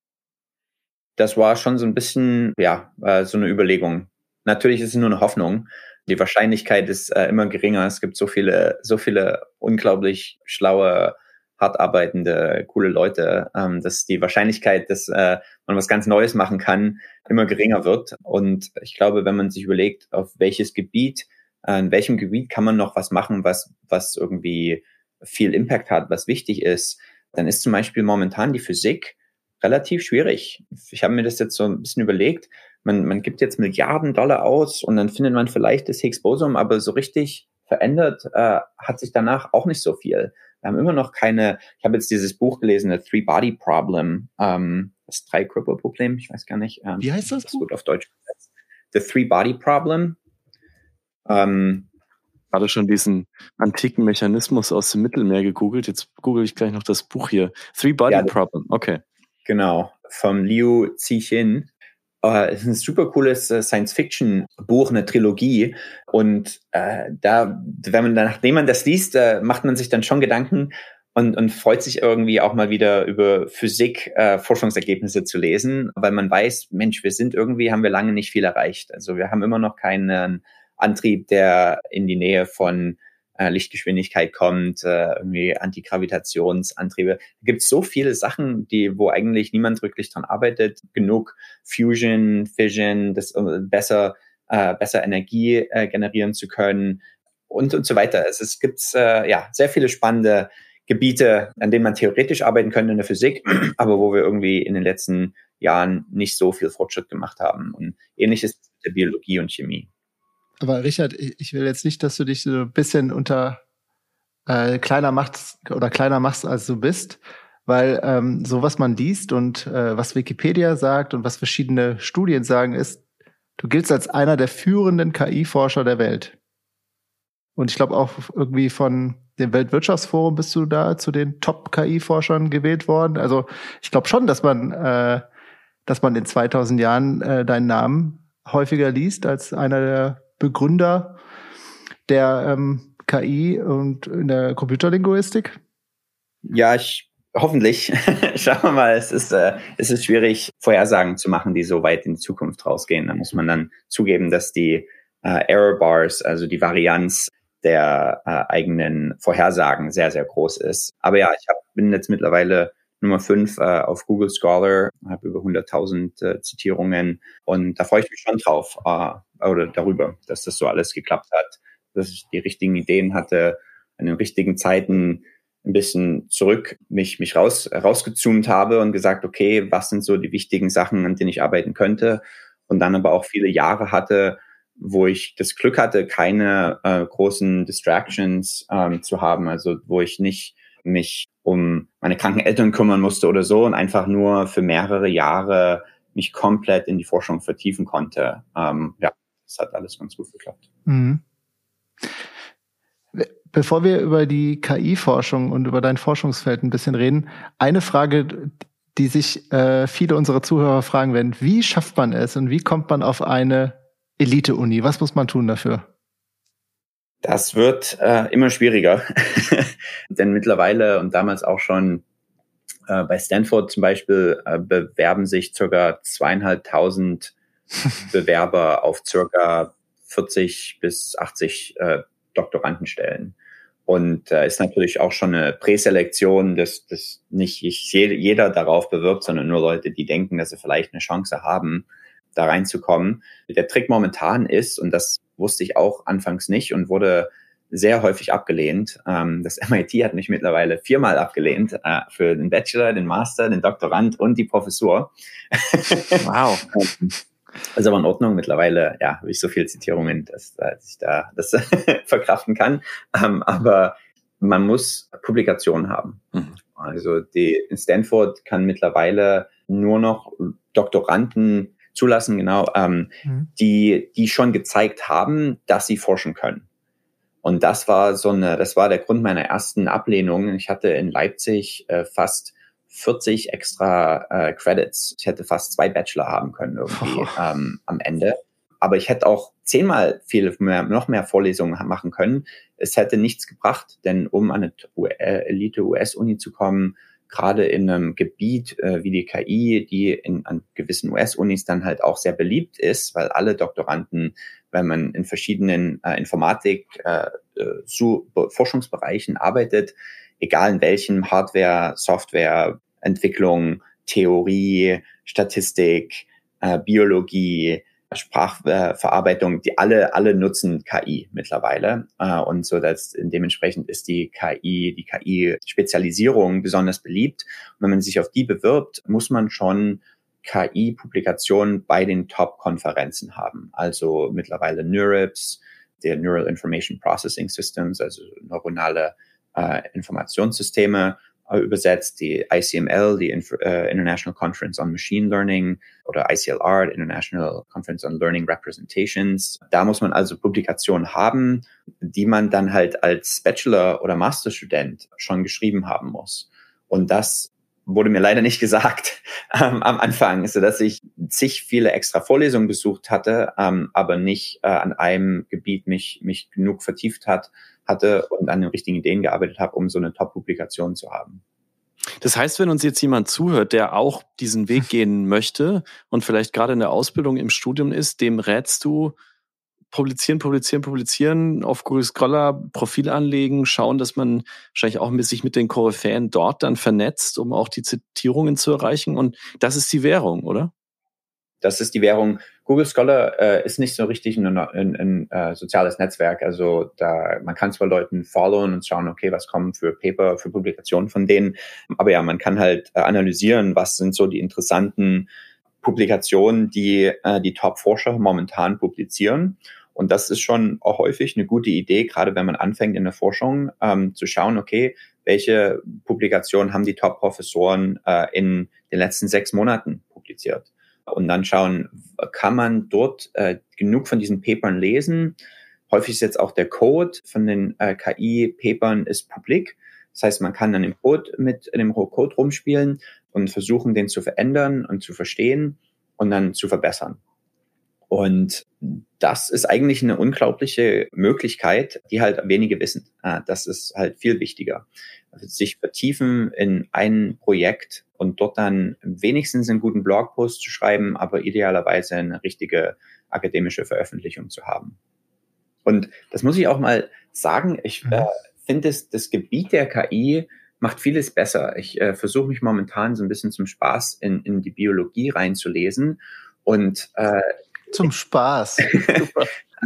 [SPEAKER 3] Das war schon so ein bisschen, ja, äh, so eine Überlegung. Natürlich ist es nur eine Hoffnung. Die Wahrscheinlichkeit ist äh, immer geringer. Es gibt so viele, so viele unglaublich schlaue hart arbeitende, coole Leute, ähm, dass die Wahrscheinlichkeit, dass äh, man was ganz Neues machen kann, immer geringer wird. Und ich glaube, wenn man sich überlegt, auf welches Gebiet, äh, in welchem Gebiet kann man noch was machen, was, was irgendwie viel Impact hat, was wichtig ist, dann ist zum Beispiel momentan die Physik relativ schwierig. Ich habe mir das jetzt so ein bisschen überlegt. Man, man gibt jetzt Milliarden Dollar aus und dann findet man vielleicht das Higgs-Boson, aber so richtig verändert äh, hat sich danach auch nicht so viel. Wir haben immer noch keine, ich habe jetzt dieses Buch gelesen, The Three-Body-Problem, ähm, das Drei-Körper-Problem, ich weiß gar nicht. Ähm,
[SPEAKER 1] Wie heißt das
[SPEAKER 3] das
[SPEAKER 1] Buch?
[SPEAKER 3] wird auf Deutsch gesetzt. The Three-Body-Problem. Ähm,
[SPEAKER 2] Gerade schon diesen antiken Mechanismus aus dem Mittelmeer gegoogelt. Jetzt google ich gleich noch das Buch hier. Three Body
[SPEAKER 3] ja,
[SPEAKER 2] Problem, okay.
[SPEAKER 3] Genau, vom Liu Cixin. Uh, es ist ein super cooles uh, Science-Fiction-Buch, eine Trilogie. Und uh, da, wenn man dann, nachdem man das liest, uh, macht man sich dann schon Gedanken und, und freut sich irgendwie auch mal wieder über Physik-Forschungsergebnisse uh, zu lesen, weil man weiß, Mensch, wir sind irgendwie, haben wir lange nicht viel erreicht. Also wir haben immer noch keinen Antrieb, der in die Nähe von äh, Lichtgeschwindigkeit kommt, äh, irgendwie Antigravitationsantriebe. Da gibt es so viele Sachen, die, wo eigentlich niemand wirklich dran arbeitet. Genug Fusion, Fission, das äh, besser, äh, besser Energie äh, generieren zu können und und so weiter. Also es gibt äh, ja sehr viele spannende Gebiete, an denen man theoretisch arbeiten könnte in der Physik, aber wo wir irgendwie in den letzten Jahren nicht so viel Fortschritt gemacht haben. Und ähnliches mit der Biologie und Chemie.
[SPEAKER 1] Aber Richard, ich will jetzt nicht, dass du dich so ein bisschen unter äh, kleiner machst oder kleiner machst, als du bist, weil ähm, so was man liest und äh, was Wikipedia sagt und was verschiedene Studien sagen, ist, du giltst als einer der führenden K I-Forscher der Welt. Und ich glaube auch irgendwie von dem Weltwirtschaftsforum bist du da zu den Top-K I-Forschern gewählt worden. Also ich glaube schon, dass man, äh, dass man in zweitausend Jahren äh, deinen Namen häufiger liest als einer der Begründer der ähm, K I und in der Computerlinguistik?
[SPEAKER 3] Ja, ich hoffentlich. Schauen wir mal, es ist, äh, es ist schwierig, Vorhersagen zu machen, die so weit in die Zukunft rausgehen. Da muss man dann zugeben, dass die äh, Error Bars, also die Varianz der äh, eigenen Vorhersagen sehr, sehr groß ist. Aber ja, ich hab, bin jetzt mittlerweile Nummer fünf äh, auf Google Scholar, habe über hunderttausend äh, Zitierungen und da freue ich mich schon drauf, äh, oder darüber, dass das so alles geklappt hat, dass ich die richtigen Ideen hatte, an den richtigen Zeiten ein bisschen zurück mich mich raus rausgezoomt habe und gesagt, okay, was sind so die wichtigen Sachen, an denen ich arbeiten könnte, und dann aber auch viele Jahre hatte, wo ich das Glück hatte, keine äh, großen Distractions ähm, zu haben, also wo ich nicht mich um meine kranken Eltern kümmern musste oder so und einfach nur für mehrere Jahre mich komplett in die Forschung vertiefen konnte. Ähm, ja, das hat alles ganz gut geklappt.
[SPEAKER 1] Mhm. Bevor wir über die K I-Forschung und über dein Forschungsfeld ein bisschen reden, eine Frage, die sich äh, viele unserer Zuhörer fragen werden: Wie schafft man es und wie kommt man auf eine Elite-Uni? Was muss man tun dafür?
[SPEAKER 3] Das wird äh, immer schwieriger, denn mittlerweile und damals auch schon äh, bei Stanford zum Beispiel äh, bewerben sich circa zweieinhalbtausend Bewerber auf circa vierzig bis achtzig äh, Doktorandenstellen. Und äh, ist natürlich auch schon eine Präselektion, dass, dass nicht jeder darauf bewirbt, sondern nur Leute, die denken, dass sie vielleicht eine Chance haben, da reinzukommen. Der Trick momentan ist, und das wusste ich auch anfangs nicht und wurde sehr häufig abgelehnt. Ähm, das M I T hat mich mittlerweile viermal abgelehnt äh, für den Bachelor, den Master, den Doktorand und die Professur.
[SPEAKER 2] Wow.
[SPEAKER 3] Das ist aber in Ordnung. Mittlerweile, ja, habe ich so viele Zitierungen, dass, dass ich da das verkraften kann. Ähm, aber man muss Publikationen haben. Mhm. Also die in Stanford kann mittlerweile nur noch Doktoranden zulassen, genau, ähm, mhm. die, die schon gezeigt haben, dass sie forschen können. Und das war so eine, das war der Grund meiner ersten Ablehnung. Ich hatte in Leipzig äh, fast vierzig extra äh, Credits. Ich hätte fast zwei Bachelor haben können irgendwie oh. ähm, am Ende. Aber ich hätte auch zehnmal viel mehr, noch mehr Vorlesungen machen können. Es hätte nichts gebracht, denn um an eine Elite-U S-Uni zu kommen, gerade in einem Gebiet äh, wie die K I, die in, an gewissen U S-Unis dann halt auch sehr beliebt ist, weil alle Doktoranden, wenn man in verschiedenen äh, Informatik, äh, zu Forschungsbereichen arbeitet, egal in welchem Hardware, Software, Entwicklung, Theorie, Statistik, äh, Biologie, Sprachverarbeitung, die alle, alle nutzen K I mittlerweile. Äh, und so, dass dementsprechend ist die K I, die K I-Spezialisierung besonders beliebt. Und wenn man sich auf die bewirbt, muss man schon K I-Publikationen bei den Top-Konferenzen haben. Also mittlerweile NeurIPS, der Neural Information Processing Systems, also neuronale äh, Informationssysteme, äh, übersetzt, die I C M L, die Inf- äh, International Conference on Machine Learning, oder I C L R, die International Conference on Learning Representations. Da muss man also Publikationen haben, die man dann halt als Bachelor- oder Masterstudent schon geschrieben haben muss. Und das wurde mir leider nicht gesagt ähm, am Anfang, so dass ich zig viele extra Vorlesungen besucht hatte, ähm, aber nicht äh, an einem Gebiet mich mich genug vertieft hat hatte und an den richtigen Ideen gearbeitet habe, um so eine Top-Publikation zu haben.
[SPEAKER 2] Das heißt, wenn uns jetzt jemand zuhört, der auch diesen Weg gehen möchte und vielleicht gerade in der Ausbildung im Studium ist, dem rätst du, publizieren, publizieren, publizieren, auf Google Scholar Profil anlegen, schauen, dass man wahrscheinlich auch sich mit den Koryphäen dort dann vernetzt, um auch die Zitierungen zu erreichen. Und das ist die Währung, oder?
[SPEAKER 3] Das ist die Währung. Google Scholar äh, ist nicht so richtig ein, ein, ein äh, soziales Netzwerk. Also da man kann zwar Leuten followen und schauen, okay, was kommen für Paper, für Publikationen von denen. Aber ja, man kann halt äh, analysieren, was sind so die interessanten Publikationen, die äh, die Top-Forscher momentan publizieren. Und das ist schon auch häufig eine gute Idee, gerade wenn man anfängt in der Forschung, ähm, zu schauen, okay, welche Publikationen haben die Top-Professoren äh, in den letzten sechs Monaten publiziert. Und dann schauen, kann man dort äh, genug von diesen Papern lesen. Häufig ist jetzt auch der Code von den äh, K I-Papern ist publik. Das heißt, man kann dann im Code mit in dem Code rumspielen und versuchen, den zu verändern und zu verstehen und dann zu verbessern. Und das ist eigentlich eine unglaubliche Möglichkeit, die halt wenige wissen. Das ist halt viel wichtiger. Also sich vertiefen in ein Projekt und dort dann wenigstens einen guten Blogpost zu schreiben, aber idealerweise eine richtige akademische Veröffentlichung zu haben. Und das muss ich auch mal sagen, ich äh, finde, das, das Gebiet der K I macht vieles besser. Ich äh, versuche mich momentan so ein bisschen zum Spaß in, in die Biologie reinzulesen und äh,
[SPEAKER 1] Zum Spaß. Super.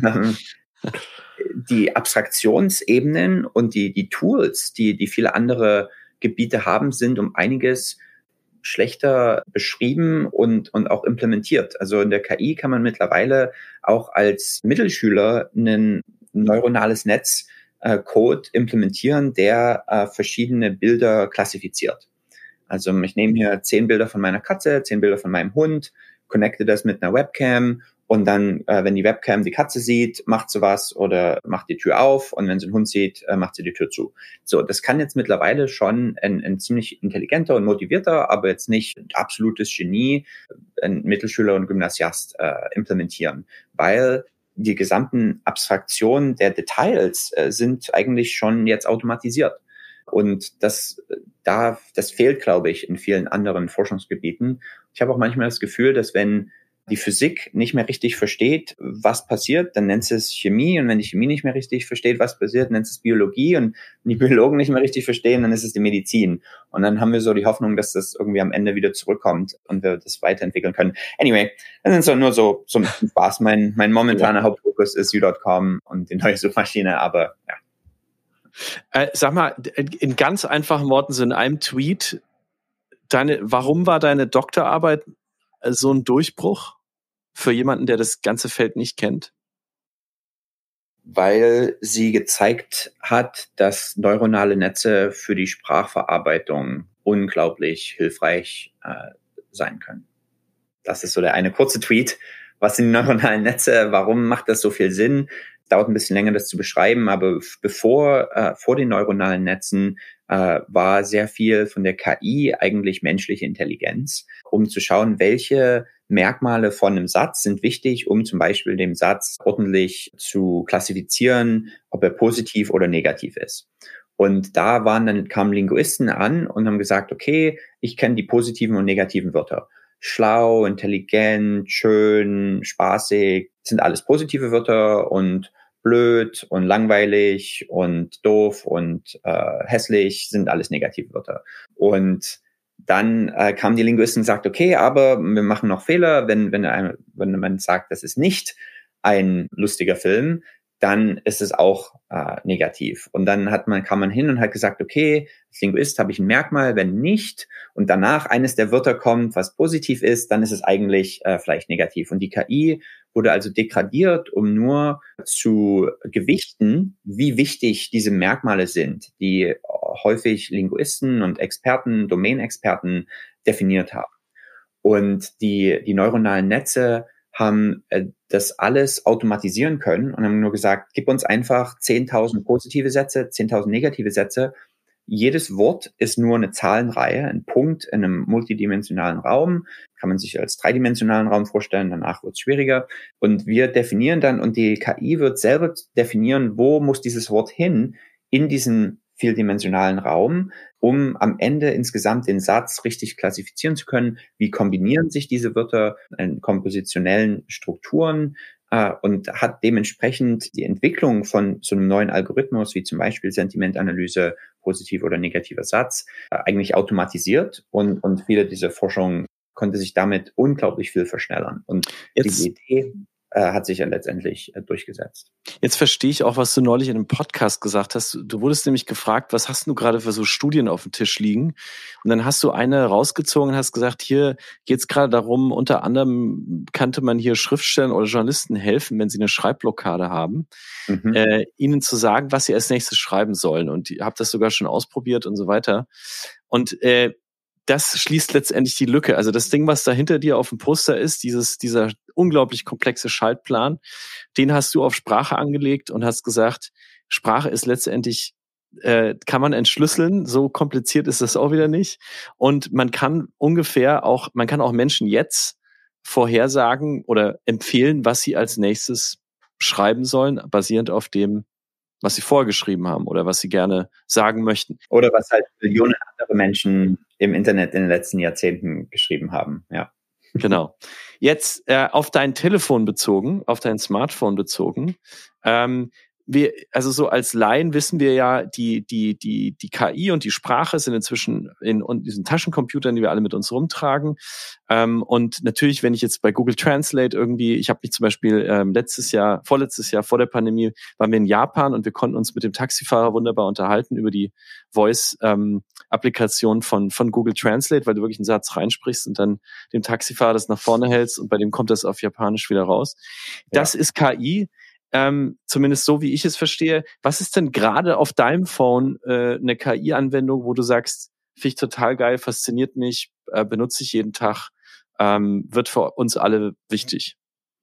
[SPEAKER 3] Die Abstraktionsebenen und die, die Tools, die, die viele andere Gebiete haben, sind um einiges schlechter beschrieben und, und auch implementiert. Also in der K I kann man mittlerweile auch als Mittelschüler ein neuronales Netz äh, Code implementieren, der äh, verschiedene Bilder klassifiziert. Also ich nehme hier zehn Bilder von meiner Katze, zehn Bilder von meinem Hund, connecte das mit einer Webcam und dann, äh, wenn die Webcam die Katze sieht, macht sie was oder macht die Tür auf und wenn sie einen Hund sieht, äh, macht sie die Tür zu. So, das kann jetzt mittlerweile schon ein, ein ziemlich intelligenter und motivierter, aber jetzt nicht absolutes Genie, ein Mittelschüler und Gymnasiast äh, implementieren, weil die gesamten Abstraktionen der Details äh, sind eigentlich schon jetzt automatisiert. Und das, da, das fehlt, glaube ich, in vielen anderen Forschungsgebieten. Ich habe auch manchmal das Gefühl, dass wenn die Physik nicht mehr richtig versteht, was passiert, dann nennt es Chemie. Und wenn die Chemie nicht mehr richtig versteht, was passiert, nennt es Biologie. Und wenn die Biologen nicht mehr richtig verstehen, dann ist es die Medizin. Und dann haben wir so die Hoffnung, dass das irgendwie am Ende wieder zurückkommt und wir das weiterentwickeln können. Anyway, das sind so nur so zum Spaß. Mein, mein momentaner ja. Hauptfokus ist U Punkt com und die neue Suchmaschine, aber ja.
[SPEAKER 2] Äh, sag mal, in ganz einfachen Worten, so in einem Tweet, deine, warum war deine Doktorarbeit so ein Durchbruch für jemanden, der das ganze Feld nicht kennt?
[SPEAKER 3] Weil sie gezeigt hat, dass neuronale Netze für die Sprachverarbeitung unglaublich hilfreich äh, sein können. Das ist so der eine kurze Tweet. Was sind die neuronalen Netze? Warum macht das so viel Sinn? Dauert ein bisschen länger, das zu beschreiben, aber bevor, äh, vor den neuronalen Netzen äh, war sehr viel von der K I eigentlich menschliche Intelligenz, um zu schauen, welche Merkmale von einem Satz sind wichtig, um zum Beispiel den Satz ordentlich zu klassifizieren, ob er positiv oder negativ ist. Und da waren dann, kamen Linguisten an und haben gesagt, okay, ich kenne die positiven und negativen Wörter. Schlau, intelligent, schön, spaßig, sind alles positive Wörter und blöd und langweilig und doof und äh, hässlich sind alles Negativwörter. Und dann äh, kamen die Linguisten und sagten, okay, aber wir machen noch Fehler, wenn, wenn, ein, wenn man sagt, das ist nicht ein lustiger Film, dann ist es auch äh, negativ. Und dann hat man, kam man hin und hat gesagt, okay, als Linguist habe ich ein Merkmal, wenn nicht und danach eines der Wörter kommt, was positiv ist, dann ist es eigentlich äh, vielleicht negativ. Und die K I wurde also degradiert, um nur zu gewichten, wie wichtig diese Merkmale sind, die häufig Linguisten und Experten, Domänexperten definiert haben. Und die, die neuronalen Netze haben äh, das alles automatisieren können und haben nur gesagt, gib uns einfach zehntausend positive Sätze, zehntausend negative Sätze. Jedes Wort ist nur eine Zahlenreihe, ein Punkt in einem multidimensionalen Raum. Kann man sich als dreidimensionalen Raum vorstellen, danach wird es schwieriger. Und wir definieren dann, und die K I wird selber definieren, wo muss dieses Wort hin in diesen vieldimensionalen Raum, um am Ende insgesamt den Satz richtig klassifizieren zu können. Wie kombinieren sich diese Wörter in kompositionellen Strukturen äh, und hat dementsprechend die Entwicklung von so einem neuen Algorithmus, wie zum Beispiel Sentimentanalyse, positiv oder negativer Satz, äh, eigentlich automatisiert und, und viele dieser Forschung konnte sich damit unglaublich viel verschnellern. Und
[SPEAKER 2] Jetzt
[SPEAKER 3] die Idee äh, hat sich ja letztendlich äh, durchgesetzt.
[SPEAKER 2] Jetzt verstehe ich auch, was du neulich in einem Podcast gesagt hast. Du wurdest nämlich gefragt, was hast du gerade für so Studien auf dem Tisch liegen? Und dann hast du eine rausgezogen und hast gesagt, hier geht es gerade darum, unter anderem könnte man hier Schriftstellern oder Journalisten helfen, wenn sie eine Schreibblockade haben, mhm. äh, ihnen zu sagen, was sie als nächstes schreiben sollen. Und ihr habt das sogar schon ausprobiert und so weiter. Und äh, das schließt letztendlich die Lücke. Also das Ding, was da hinter dir auf dem Poster ist, dieses, dieser unglaublich komplexe Schaltplan, den hast du auf Sprache angelegt und hast gesagt, Sprache ist letztendlich, äh, kann man entschlüsseln, so kompliziert ist das auch wieder nicht. Und man kann ungefähr auch, man kann auch Menschen jetzt vorhersagen oder empfehlen, was sie als nächstes schreiben sollen, basierend auf dem, was sie vorgeschrieben haben oder was sie gerne sagen möchten.
[SPEAKER 3] Oder was halt Millionen andere Menschen im Internet in den letzten Jahrzehnten geschrieben haben, ja.
[SPEAKER 2] Genau. Jetzt äh, auf dein Telefon bezogen, auf dein Smartphone bezogen. Ähm, wir, also so als Laien wissen wir ja, die die die die K I und die Sprache sind inzwischen in, in diesen Taschencomputern, die wir alle mit uns rumtragen. Ähm, und natürlich, wenn ich jetzt bei Google Translate irgendwie, ich habe mich zum Beispiel ähm, letztes Jahr, vorletztes Jahr vor der Pandemie, waren wir in Japan und wir konnten uns mit dem Taxifahrer wunderbar unterhalten über die Voice-Applikation ähm, von von Google Translate, weil du wirklich einen Satz reinsprichst und dann dem Taxifahrer das nach vorne hältst und bei dem kommt das auf Japanisch wieder raus. Das ja. ist K I. Ähm, zumindest so, wie ich es verstehe. Was ist denn gerade auf deinem Phone äh, eine K I-Anwendung, wo du sagst, finde ich total geil, fasziniert mich, äh, benutze ich jeden Tag, ähm, wird für uns alle wichtig?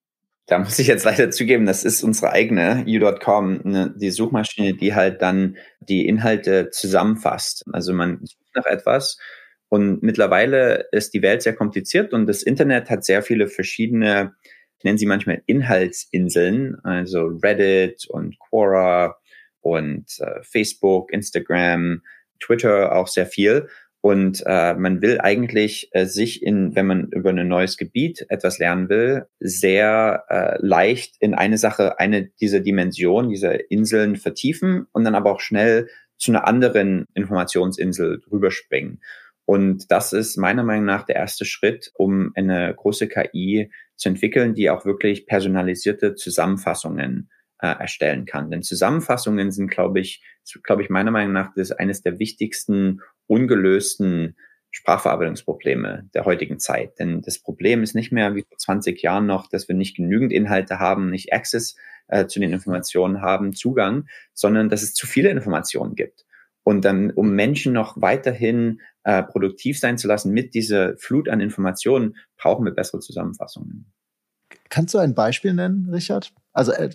[SPEAKER 3] Da muss ich jetzt leider zugeben, das ist unsere eigene you Punkt com, ne, die Suchmaschine, die halt dann die Inhalte zusammenfasst. Also man sucht nach etwas und mittlerweile ist die Welt sehr kompliziert und das Internet hat sehr viele verschiedene, ich nenne sie manchmal Inhaltsinseln, also Reddit und Quora und äh, Facebook, Instagram, Twitter auch sehr viel. Und äh, man will eigentlich äh, sich in, wenn man über ein neues Gebiet etwas lernen will, sehr äh, leicht in eine Sache, eine dieser Dimensionen, dieser Inseln vertiefen und dann aber auch schnell zu einer anderen Informationsinsel rüberspringen. Und das ist meiner Meinung nach der erste Schritt, um eine große K I zu entwickeln, die auch wirklich personalisierte Zusammenfassungen äh, erstellen kann. Denn Zusammenfassungen sind, glaube ich, glaube ich meiner Meinung nach, das ist eines der wichtigsten ungelösten Sprachverarbeitungsprobleme der heutigen Zeit. Denn das Problem ist nicht mehr wie vor zwanzig Jahren noch, dass wir nicht genügend Inhalte haben, nicht Access äh, zu den Informationen haben, Zugang, sondern dass es zu viele Informationen gibt. Und dann, um Menschen noch weiterhin äh, produktiv sein zu lassen mit dieser Flut an Informationen, brauchen wir bessere Zusammenfassungen.
[SPEAKER 1] Kannst du ein Beispiel nennen, Richard? Also äh,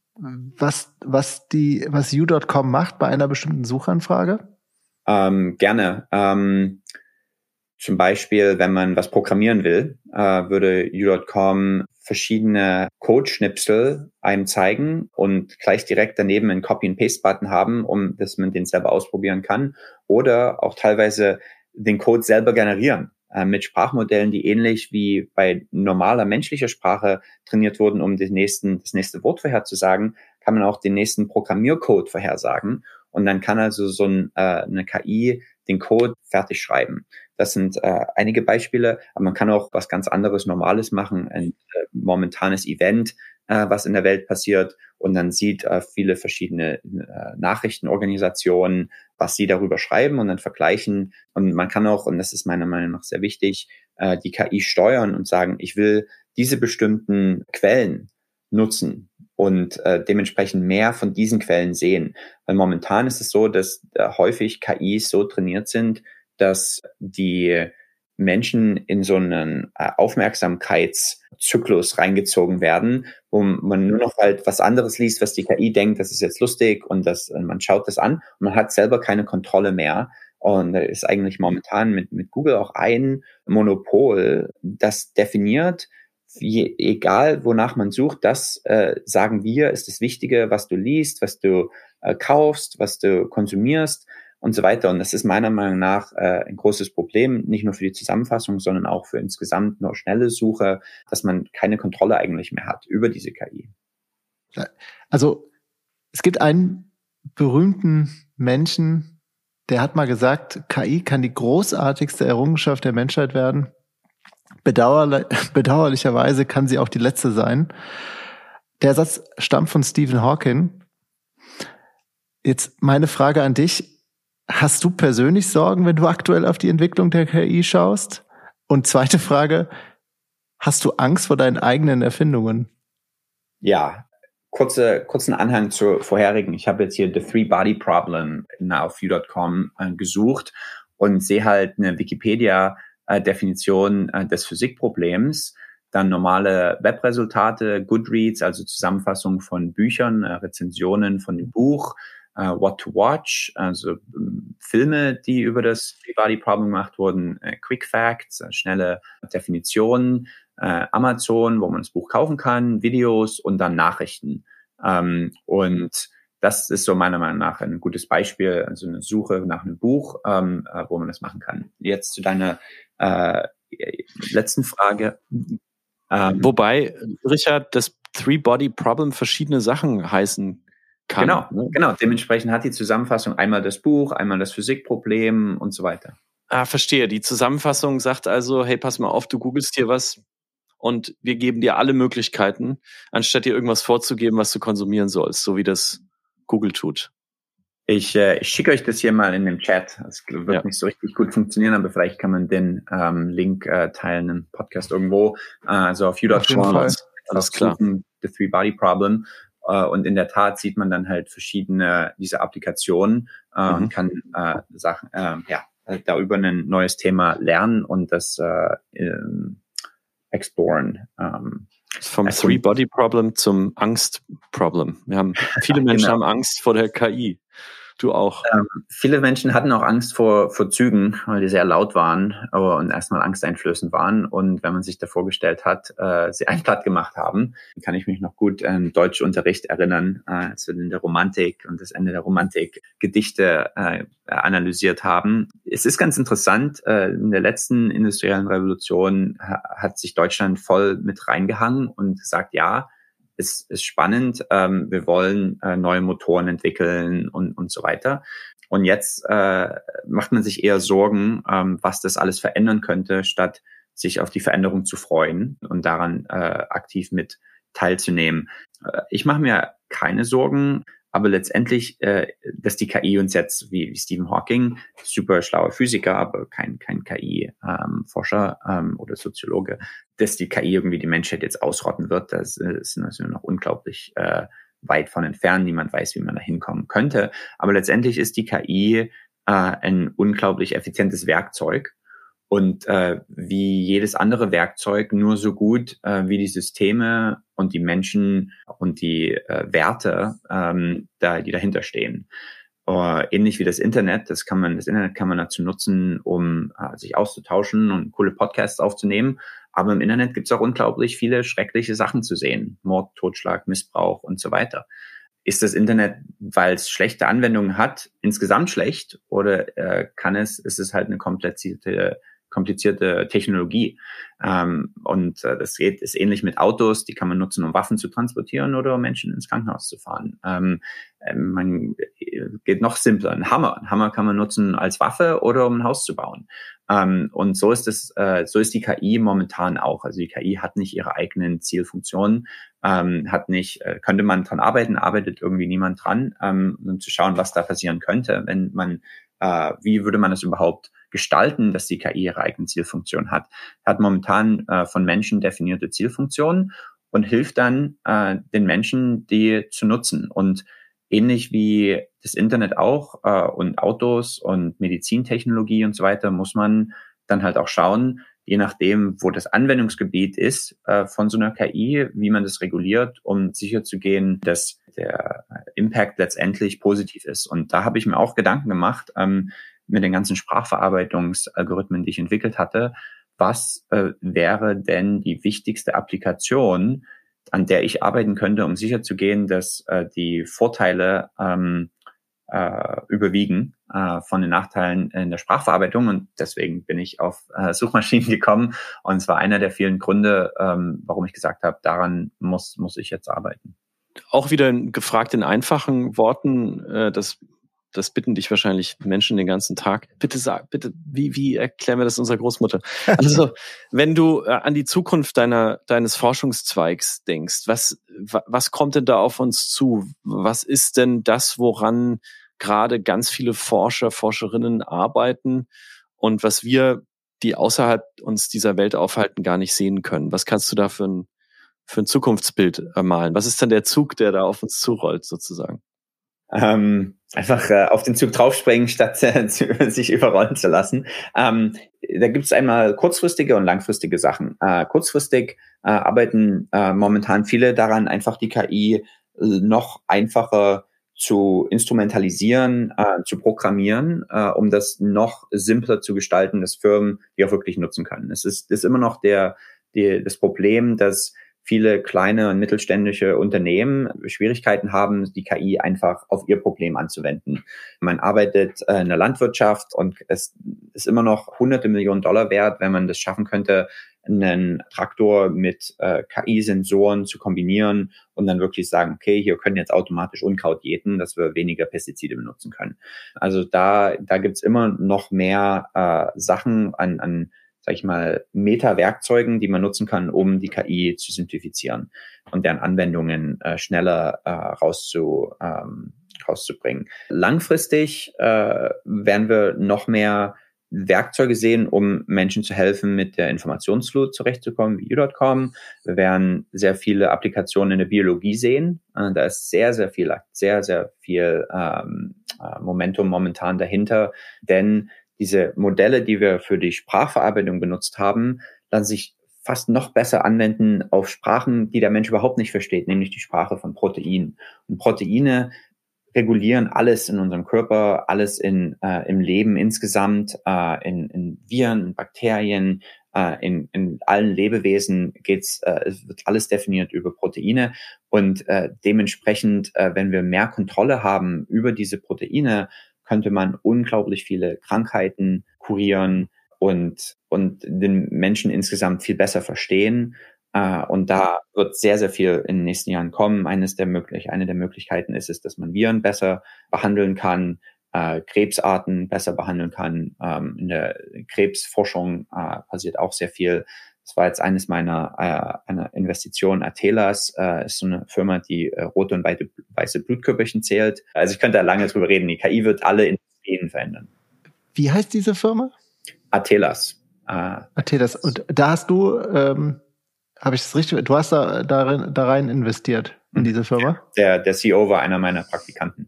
[SPEAKER 1] was was die was you Punkt com macht bei einer bestimmten Suchanfrage?
[SPEAKER 3] Ähm, gerne. Ähm, zum Beispiel, wenn man was programmieren will, äh, würde you Punkt com verschiedene Code-Schnipsel einem zeigen und gleich direkt daneben einen Copy-and-Paste-Button haben, um dass man den selber ausprobieren kann. Oder auch teilweise den Code selber generieren äh, mit Sprachmodellen, die ähnlich wie bei normaler menschlicher Sprache trainiert wurden, um den nächsten, das nächste Wort vorherzusagen, kann man auch den nächsten Programmiercode vorhersagen. Und dann kann also so ein, äh, eine K I den Code fertig schreiben. Das sind äh, einige Beispiele, aber man kann auch was ganz anderes, Normales machen, ein äh, momentanes Event, äh, was in der Welt passiert, und dann sieht äh, viele verschiedene äh, Nachrichtenorganisationen, was sie darüber schreiben, und dann vergleichen. Und man kann auch, und das ist meiner Meinung nach sehr wichtig, äh, die K I steuern und sagen, ich will diese bestimmten Quellen nutzen und äh, dementsprechend mehr von diesen Quellen sehen. Weil momentan ist es so, dass äh, häufig K Is so trainiert sind, dass die Menschen in so einen äh, Aufmerksamkeitszyklus reingezogen werden, wo man nur noch halt was anderes liest, was die K I denkt, das ist jetzt lustig, und das, äh, man schaut das an und man hat selber keine Kontrolle mehr. Und da ist eigentlich momentan mit, mit Google auch ein Monopol, das definiert, Je, egal wonach man sucht, das äh, sagen wir, ist das Wichtige, was du liest, was du äh, kaufst, was du konsumierst und so weiter. Und das ist meiner Meinung nach äh, ein großes Problem, nicht nur für die Zusammenfassung, sondern auch für insgesamt nur schnelle Suche, dass man keine Kontrolle eigentlich mehr hat über diese K I.
[SPEAKER 1] Also es gibt einen berühmten Menschen, der hat mal gesagt, K I kann die großartigste Errungenschaft der Menschheit werden. Bedauerlich, bedauerlicherweise kann sie auch die letzte sein. Der Satz stammt von Stephen Hawking. Jetzt meine Frage an dich. Hast du persönlich Sorgen, wenn du aktuell auf die Entwicklung der K I schaust? Und zweite Frage, hast du Angst vor deinen eigenen Erfindungen?
[SPEAKER 3] Ja, kurze, kurzen Anhang zur vorherigen. Ich habe jetzt hier The Three Body Problem auf view Punkt com äh, gesucht und sehe halt eine Wikipedia Definition äh, des Physikproblems, dann normale Webresultate, Goodreads, also Zusammenfassung von Büchern, äh, Rezensionen von dem Buch, äh, What to Watch, also ähm, Filme, die über das Three-Body-Problem gemacht wurden, äh, Quick Facts, äh, schnelle Definitionen, äh, Amazon, wo man das Buch kaufen kann, Videos und dann Nachrichten. Ähm, und das ist so meiner Meinung nach ein gutes Beispiel, also eine Suche nach einem Buch, ähm, äh, wo man das machen kann. Jetzt zu deiner äh, letzten Frage.
[SPEAKER 2] Ähm, Wobei, Richard, das Three-Body-Problem verschiedene Sachen heißen kann.
[SPEAKER 3] Genau,
[SPEAKER 2] ne?
[SPEAKER 3] genau. Dementsprechend hat die Zusammenfassung einmal das Buch, einmal das Physikproblem und so weiter.
[SPEAKER 2] Ah, verstehe. Die Zusammenfassung sagt also, hey, pass mal auf, du googelst dir was und wir geben dir alle Möglichkeiten, anstatt dir irgendwas vorzugeben, was du konsumieren sollst, so wie das Google tut.
[SPEAKER 3] Ich, äh, ich schicke euch das hier mal in den Chat. Das wird ja nicht so richtig gut funktionieren, aber vielleicht kann man den ähm, Link äh, teilen im Podcast irgendwo. Äh, also auf view Punkt com.
[SPEAKER 2] Alles klar.
[SPEAKER 3] The Three Body Problem. Uh, und in der Tat sieht man dann halt verschiedene diese Applikationen uh, mhm. und kann uh, Sachen, uh, ja, da über ein neues Thema lernen und das uh, um, exploren. Um,
[SPEAKER 2] Vom Three-Body-Problem zum Angst-Problem. Wir haben viele Menschen genau. haben Angst vor der K I. Du auch.
[SPEAKER 3] Ähm, viele Menschen hatten auch Angst vor, vor Zügen, weil die sehr laut waren aber, und erstmal angsteinflößend waren. Und wenn man sich da vorgestellt hat, äh, sie einen platt gemacht haben, kann ich mich noch gut an Deutschunterricht erinnern, äh, als wir in der Romantik und das Ende der Romantik Gedichte äh, analysiert haben. Es ist ganz interessant, äh, in der letzten industriellen Revolution ha- hat sich Deutschland voll mit reingehangen und gesagt, ja, ist, ist spannend, ähm, wir wollen äh, neue Motoren entwickeln und, und so weiter. Und jetzt äh, macht man sich eher Sorgen, ähm, was das alles verändern könnte, statt sich auf die Veränderung zu freuen und daran äh, aktiv mit teilzunehmen. Äh, ich mache mir keine Sorgen, aber letztendlich, äh, dass die K I uns jetzt, wie, wie Stephen Hawking, super schlauer Physiker, aber kein, kein K I-Forscher ähm, ähm, oder Soziologe, dass die K I irgendwie die Menschheit jetzt ausrotten wird, das ist natürlich noch unglaublich äh, weit von entfernt. Niemand weiß, wie man da hinkommen könnte. Aber letztendlich ist die K I äh, ein unglaublich effizientes Werkzeug und äh, wie jedes andere Werkzeug nur so gut äh, wie die Systeme und die Menschen und die äh, Werte, ähm, da, die dahinter stehen. Uh, ähnlich wie das Internet, das kann man, das Internet kann man dazu nutzen, um uh, sich auszutauschen und coole Podcasts aufzunehmen. Aber im Internet gibt es auch unglaublich viele schreckliche Sachen zu sehen. Mord, Totschlag, Missbrauch und so weiter. Ist das Internet, weil es schlechte Anwendungen hat, insgesamt schlecht? Oder äh, kann es, ist es halt eine komplizierte komplizierte Technologie. Ähm, und äh, das geht, ist ähnlich mit Autos, die kann man nutzen, um Waffen zu transportieren oder um Menschen ins Krankenhaus zu fahren. Ähm, äh, man geht noch simpler. Ein Hammer. Ein Hammer kann man nutzen als Waffe oder um ein Haus zu bauen. Ähm, und so ist es, äh, so ist die K I momentan auch. Also die K I hat nicht ihre eigenen Zielfunktionen, ähm, hat nicht, äh, könnte man dran arbeiten, arbeitet irgendwie niemand dran, ähm, um zu schauen, was da passieren könnte, wenn man, äh, wie würde man das überhaupt gestalten, dass die K I ihre eigene Zielfunktion hat. Hat momentan äh, von Menschen definierte Zielfunktionen und hilft dann äh, den Menschen, die zu nutzen. Und ähnlich wie das Internet auch äh, und Autos und Medizintechnologie und so weiter, muss man dann halt auch schauen, je nachdem, wo das Anwendungsgebiet ist äh, von so einer K I, wie man das reguliert, um sicherzugehen, dass der Impact letztendlich positiv ist. Und da habe ich mir auch Gedanken gemacht, ähm, mit den ganzen Sprachverarbeitungsalgorithmen, die ich entwickelt hatte, was äh, wäre denn die wichtigste Applikation, an der ich arbeiten könnte, um sicherzugehen, dass äh, die Vorteile ähm, äh, überwiegen äh, von den Nachteilen in der Sprachverarbeitung. Und deswegen bin ich auf äh, Suchmaschinen gekommen. Und es war einer der vielen Gründe, ähm, warum ich gesagt habe, daran muss, muss ich jetzt arbeiten.
[SPEAKER 2] Auch wieder gefragt in einfachen Worten, äh, das Das bitten dich wahrscheinlich Menschen den ganzen Tag. Bitte sag, bitte, wie, wie erklären wir das unserer Großmutter? Also, wenn du äh, an die Zukunft deiner, deines Forschungszweigs denkst, was, was kommt denn da auf uns zu? Was ist denn das, woran gerade ganz viele Forscher, Forscherinnen arbeiten und was wir, die außerhalb uns dieser Welt aufhalten, gar nicht sehen können? Was kannst du da für ein, für ein Zukunftsbild malen? Was ist denn der Zug, der da auf uns zurollt, sozusagen?
[SPEAKER 3] Ähm, einfach äh, auf den Zug draufspringen, statt äh, zu, sich überrollen zu lassen. Ähm, da gibt es einmal kurzfristige und langfristige Sachen. Äh, kurzfristig äh, arbeiten äh, momentan viele daran, einfach die K I äh, noch einfacher zu instrumentalisieren, äh, zu programmieren, äh, um das noch simpler zu gestalten, dass Firmen die auch wirklich nutzen können. Es ist, ist immer noch der, die, das Problem, dass viele kleine und mittelständische Unternehmen Schwierigkeiten haben, die K I einfach auf ihr Problem anzuwenden. Man arbeitet in der Landwirtschaft und es ist immer noch hunderte Millionen Dollar wert, wenn man das schaffen könnte, einen Traktor mit äh, K I-Sensoren zu kombinieren und dann wirklich sagen, okay, hier können jetzt automatisch Unkraut jäten, dass wir weniger Pestizide benutzen können. Also da, da gibt's immer noch mehr äh, Sachen an, an sag ich mal, Meta-Werkzeugen, die man nutzen kann, um die K I zu simplifizieren und deren Anwendungen äh, schneller äh, rauszu, ähm, rauszubringen. Langfristig äh, werden wir noch mehr Werkzeuge sehen, um Menschen zu helfen, mit der Informationsflut zurechtzukommen, wie U Punkt com. Wir werden sehr viele Applikationen in der Biologie sehen. Äh, da ist sehr, sehr viel, sehr, sehr viel ähm, Momentum momentan dahinter, denn diese Modelle, die wir für die Sprachverarbeitung benutzt haben, lassen sich fast noch besser anwenden auf Sprachen, die der Mensch überhaupt nicht versteht, nämlich die Sprache von Proteinen. Und Proteine regulieren alles in unserem Körper, alles in, äh, im Leben insgesamt, äh, in, in Viren, in Bakterien, äh, in, in allen Lebewesen geht's, äh, es wird alles definiert über Proteine. Und äh, dementsprechend, äh, wenn wir mehr Kontrolle haben über diese Proteine, könnte man unglaublich viele Krankheiten kurieren und, und den Menschen insgesamt viel besser verstehen. Uh, und da wird sehr, sehr viel in den nächsten Jahren kommen. Eines der möglich, eine der Möglichkeiten ist es, dass man Viren besser behandeln kann, uh, Krebsarten besser behandeln kann. Um, in der Krebsforschung uh, passiert auch sehr viel. Das war jetzt eines meiner uh, einer Investitionen. Atelas uh, ist so eine Firma, die uh, rote und weiße, weiße Blutkörperchen zählt. Also ich könnte da lange drüber reden. Die K I wird alle Industrien verändern.
[SPEAKER 1] Wie heißt diese Firma?
[SPEAKER 3] Atelas.
[SPEAKER 1] Uh, Atelas. Und da hast du... Ähm Habe ich das richtig? Du hast da, darin, da rein investiert in diese Firma?
[SPEAKER 3] Der, der C E O war einer meiner Praktikanten.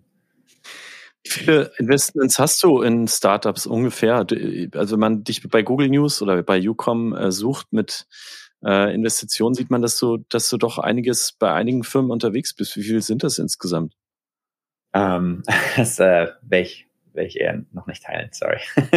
[SPEAKER 2] Wie viele Investments hast du in Startups ungefähr? Also wenn man dich bei Google News oder bei U punkt com äh, sucht mit äh, Investitionen, sieht man, dass du, dass du doch einiges bei einigen Firmen unterwegs bist. Wie viele sind das insgesamt?
[SPEAKER 3] Ähm, das äh, werde ich, werd ich eher noch nicht teilen, sorry.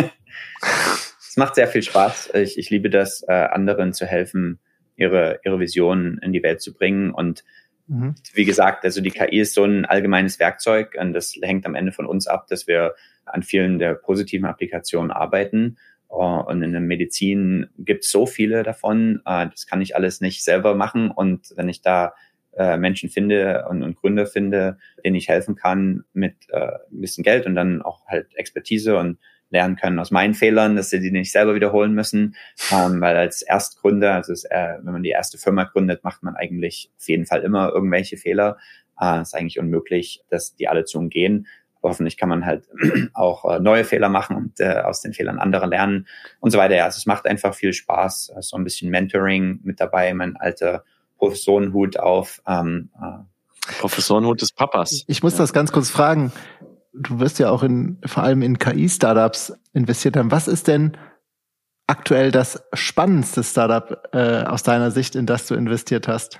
[SPEAKER 3] Es macht sehr viel Spaß. Ich, ich liebe das, äh, anderen zu helfen, ihre ihre Visionen in die Welt zu bringen. Und mhm. wie gesagt, also die K I ist so ein allgemeines Werkzeug und das hängt am Ende von uns ab, dass wir an vielen der positiven Applikationen arbeiten. und in der Medizin gibt es so viele davon. Das kann ich alles nicht selber machen. Und wenn ich da Menschen finde und, und Gründer finde, denen ich helfen kann mit äh, ein bisschen Geld und dann auch halt Expertise und lernen können aus meinen Fehlern, dass sie die nicht selber wiederholen müssen. Ähm, weil als Erstgründer, also es, äh, wenn man die erste Firma gründet, macht man eigentlich auf jeden Fall immer irgendwelche Fehler. Äh, ist eigentlich unmöglich, dass die alle zu umgehen. Hoffentlich kann man halt auch äh, neue Fehler machen und äh, aus den Fehlern anderer lernen und so weiter. Ja, also es macht einfach viel Spaß. So also ein bisschen Mentoring mit dabei, mein alter Professorenhut auf. Ähm, äh.
[SPEAKER 2] Professorenhut des Papas.
[SPEAKER 1] Ich muss ja. das ganz kurz fragen. Du wirst ja auch in vor allem in K I-Startups investiert haben. Was ist denn aktuell das spannendste Startup äh, aus deiner Sicht, in das du investiert hast?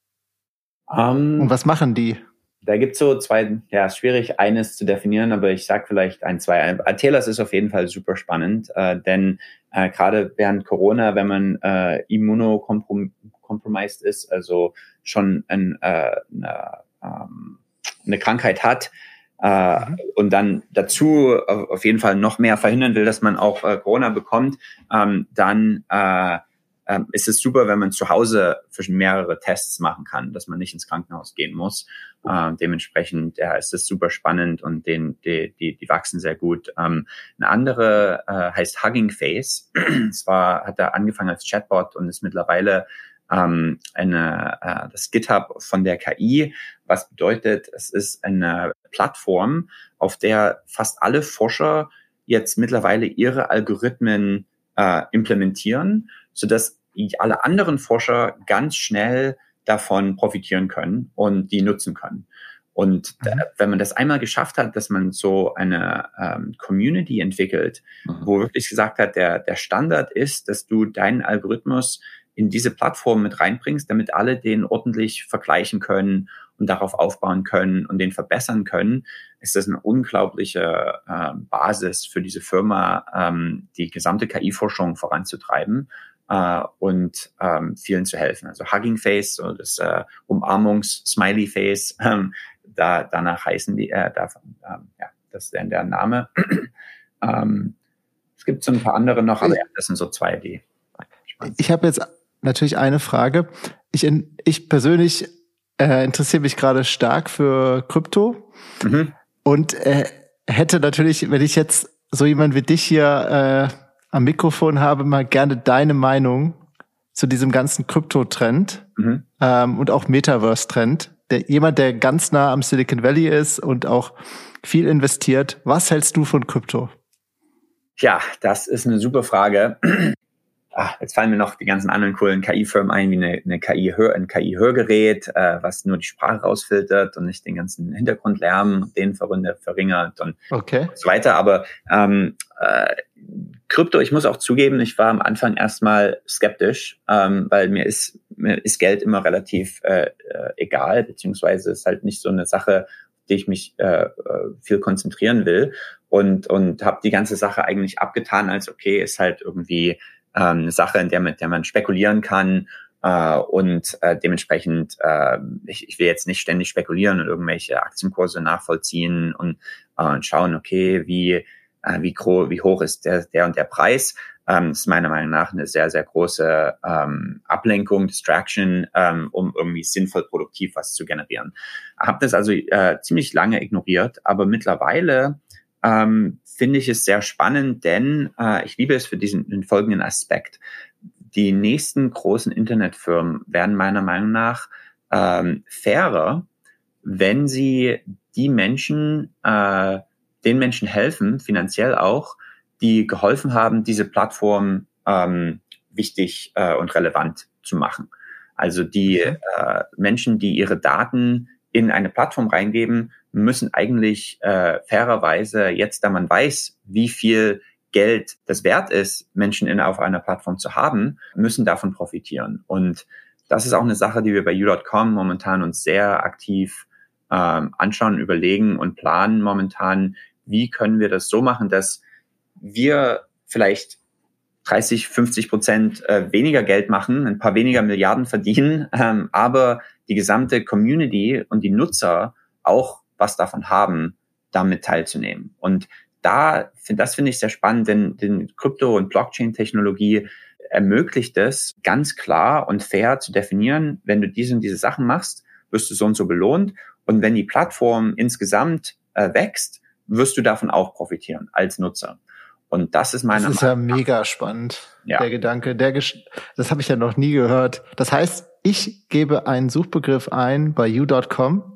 [SPEAKER 1] Um, Und was machen die?
[SPEAKER 3] Da gibt's so zwei, ja, ist schwierig, eines zu definieren, aber ich sag vielleicht ein, zwei. Atelas ist auf jeden Fall super spannend, äh, denn äh, gerade während Corona, wenn man äh, immunocompromised ist, also schon ein, äh, eine, ähm, eine Krankheit hat, äh, mhm. und dann dazu auf jeden Fall noch mehr verhindern will, dass man auch äh, Corona bekommt, ähm, dann äh, ähm, ist es super, wenn man zu Hause zwischen mehrere Tests machen kann, dass man nicht ins Krankenhaus gehen muss. Äh, dementsprechend ja, ist es super spannend und den, die, die, die wachsen sehr gut. Ähm, eine andere äh, heißt Hugging Face. Zwar hat er angefangen als Chatbot und ist mittlerweile ähm, eine, äh, das GitHub von der K I, was bedeutet, es ist eine Plattform, auf der fast alle Forscher jetzt mittlerweile ihre Algorithmen äh, implementieren, sodass alle anderen Forscher ganz schnell davon profitieren können und die nutzen können. Und mhm. da, wenn man das einmal geschafft hat, dass man so eine ähm, Community entwickelt, mhm. wo wirklich gesagt hat, der, der Standard ist, dass du deinen Algorithmus in diese Plattform mit reinbringst, damit alle den ordentlich vergleichen können und darauf aufbauen können und den verbessern können, ist das eine unglaubliche äh, Basis für diese Firma, ähm, die gesamte K I-Forschung voranzutreiben äh, und ähm, vielen zu helfen. Also Hugging Face, so das äh, Umarmungs-Smiley-Face, ähm, da, danach heißen die, äh, da, ähm, ja, das ist der Name. ähm, es gibt so ein paar andere noch, aber ja, das sind so zwei, die spannend sind.
[SPEAKER 1] Ich habe jetzt natürlich eine Frage. Ich, in, ich persönlich äh, interessiere mich gerade stark für Krypto mhm. und äh, hätte natürlich, wenn ich jetzt so jemand wie dich hier äh, am Mikrofon habe, mal gerne deine Meinung zu diesem ganzen Krypto-Trend mhm. ähm, und auch Metaverse-Trend. Der, jemand, der ganz nah am Silicon Valley ist und auch viel investiert. Was hältst du von Krypto?
[SPEAKER 3] Ja, das ist eine super Frage. Ah, jetzt fallen mir noch die ganzen anderen coolen K I-Firmen ein, wie eine, eine K I-Hör, ein K I-Hörgerät, äh, was nur die Sprache rausfiltert und nicht den ganzen Hintergrundlärm, den verringert und, okay. und so weiter. Aber ähm, äh, Krypto, ich muss auch zugeben, ich war am Anfang erstmal skeptisch, ähm, weil mir ist mir ist Geld immer relativ äh, äh, egal, beziehungsweise ist halt nicht so eine Sache, die ich mich äh, viel konzentrieren will und und habe die ganze Sache eigentlich abgetan als okay, ist halt irgendwie eine Sache, in der man, der man spekulieren kann äh, und äh, dementsprechend, äh, ich, ich will jetzt nicht ständig spekulieren und irgendwelche Aktienkurse nachvollziehen und äh, schauen, okay, wie äh, wie, gro- wie hoch ist der, der und der Preis. Ähm, das ist meiner Meinung nach eine sehr, sehr große ähm, Ablenkung, Distraction, ähm, um irgendwie sinnvoll produktiv was zu generieren. Ich habe das also äh, ziemlich lange ignoriert, aber mittlerweile Ähm, finde ich es sehr spannend, denn äh, ich liebe es für diesen den folgenden Aspekt. Die nächsten großen Internetfirmen werden meiner Meinung nach ähm, fairer, wenn sie die Menschen, äh, den Menschen helfen, finanziell auch, die geholfen haben, diese Plattform ähm, wichtig äh, und relevant zu machen. Also die mhm. äh, Menschen, die ihre Daten in eine Plattform reingeben, müssen eigentlich äh, fairerweise, jetzt da man weiß, wie viel Geld das wert ist, Menschen in, auf einer Plattform zu haben, müssen davon profitieren. Und das ist auch eine Sache, die wir bei U Punkt com momentan uns sehr aktiv ähm, anschauen, überlegen und planen momentan, wie können wir das so machen, dass wir vielleicht dreißig, fünfzig Prozent äh, weniger Geld machen, ein paar weniger Milliarden verdienen, ähm, aber die gesamte Community und die Nutzer auch was davon haben, damit teilzunehmen. Und da, das finde ich sehr spannend, denn, denn Krypto- und Blockchain-Technologie ermöglicht es, ganz klar und fair zu definieren, wenn du diese und diese Sachen machst, wirst du so und so belohnt. Und wenn die Plattform insgesamt äh, wächst, wirst du davon auch profitieren als Nutzer. Und das ist meine
[SPEAKER 1] Das ist ja mega spannend,
[SPEAKER 3] ja.
[SPEAKER 1] der Gedanke. Der Gesch- das habe ich ja noch nie gehört. Das heißt, ich gebe einen Suchbegriff ein bei you Punkt com,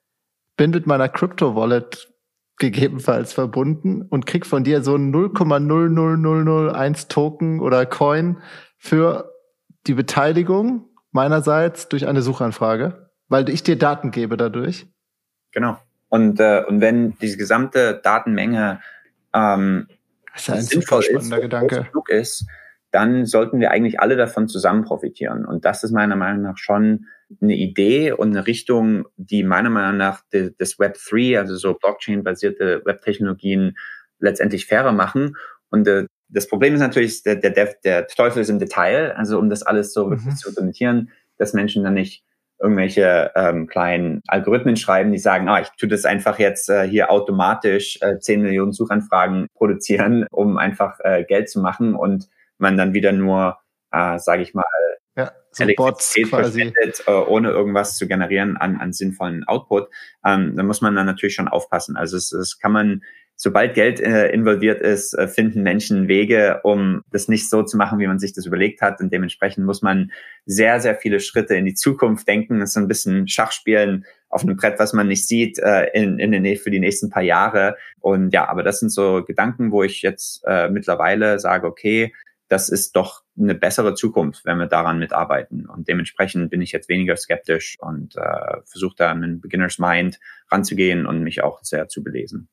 [SPEAKER 1] bin mit meiner Crypto-Wallet gegebenenfalls verbunden und krieg von dir so ein null Komma null null null null eins Token oder Coin für die Beteiligung meinerseits durch eine Suchanfrage, weil ich dir Daten gebe dadurch.
[SPEAKER 3] Genau. Und, äh, und wenn diese gesamte Datenmenge ähm,
[SPEAKER 1] das ist ja ein
[SPEAKER 3] sinnvoll
[SPEAKER 1] super spannender
[SPEAKER 3] ist,
[SPEAKER 1] Gedanke.
[SPEAKER 3] Genug ist, dann sollten wir eigentlich alle davon zusammen profitieren. Und das ist meiner Meinung nach schon eine Idee und eine Richtung, die meiner Meinung nach de, das Web drei, also so Blockchain-basierte Web-Technologien, letztendlich fairer machen. Und äh, das Problem ist natürlich, der, der, der Teufel ist im Detail. Also um das alles so wirklich mhm. zu implementieren, dass Menschen dann nicht irgendwelche ähm, kleinen Algorithmen schreiben, die sagen, ah, ich tue das einfach jetzt äh, hier automatisch äh, zehn Millionen Suchanfragen produzieren, um einfach äh, Geld zu machen und man dann wieder nur, äh, sage ich mal,
[SPEAKER 1] ja, so
[SPEAKER 3] Elektrizität
[SPEAKER 1] Bots quasi
[SPEAKER 3] verschwendet, äh, ohne irgendwas zu generieren an, an sinnvollen Output. Ähm, da muss man dann natürlich schon aufpassen. Also es, es kann man, sobald Geld äh, involviert ist, äh, finden Menschen Wege, um das nicht so zu machen, wie man sich das überlegt hat. Und dementsprechend muss man sehr, sehr viele Schritte in die Zukunft denken. Das ist so ein bisschen Schachspielen auf einem Brett, was man nicht sieht, äh, in, in den, für die nächsten paar Jahre. Und ja, aber das sind so Gedanken, wo ich jetzt äh, mittlerweile sage, okay, das ist doch eine bessere Zukunft, wenn wir daran mitarbeiten. Und dementsprechend bin ich jetzt weniger skeptisch und äh, versuche da in einen Beginner's Mind ranzugehen und mich auch sehr zu belesen.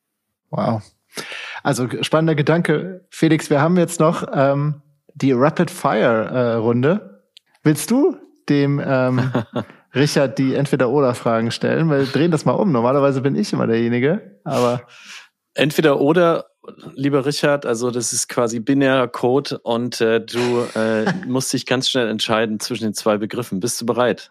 [SPEAKER 1] Wow. Also spannender Gedanke. Felix, wir haben jetzt noch ähm, die Rapid-Fire-Runde. Äh, Willst du dem ähm, Richard die Entweder-Oder-Fragen stellen? Weil wir drehen das mal um. Normalerweise bin ich immer derjenige, aber
[SPEAKER 2] Entweder oder, lieber Richard, also das ist quasi binärer Code und äh, du äh, musst dich ganz schnell entscheiden zwischen den zwei Begriffen. Bist du bereit?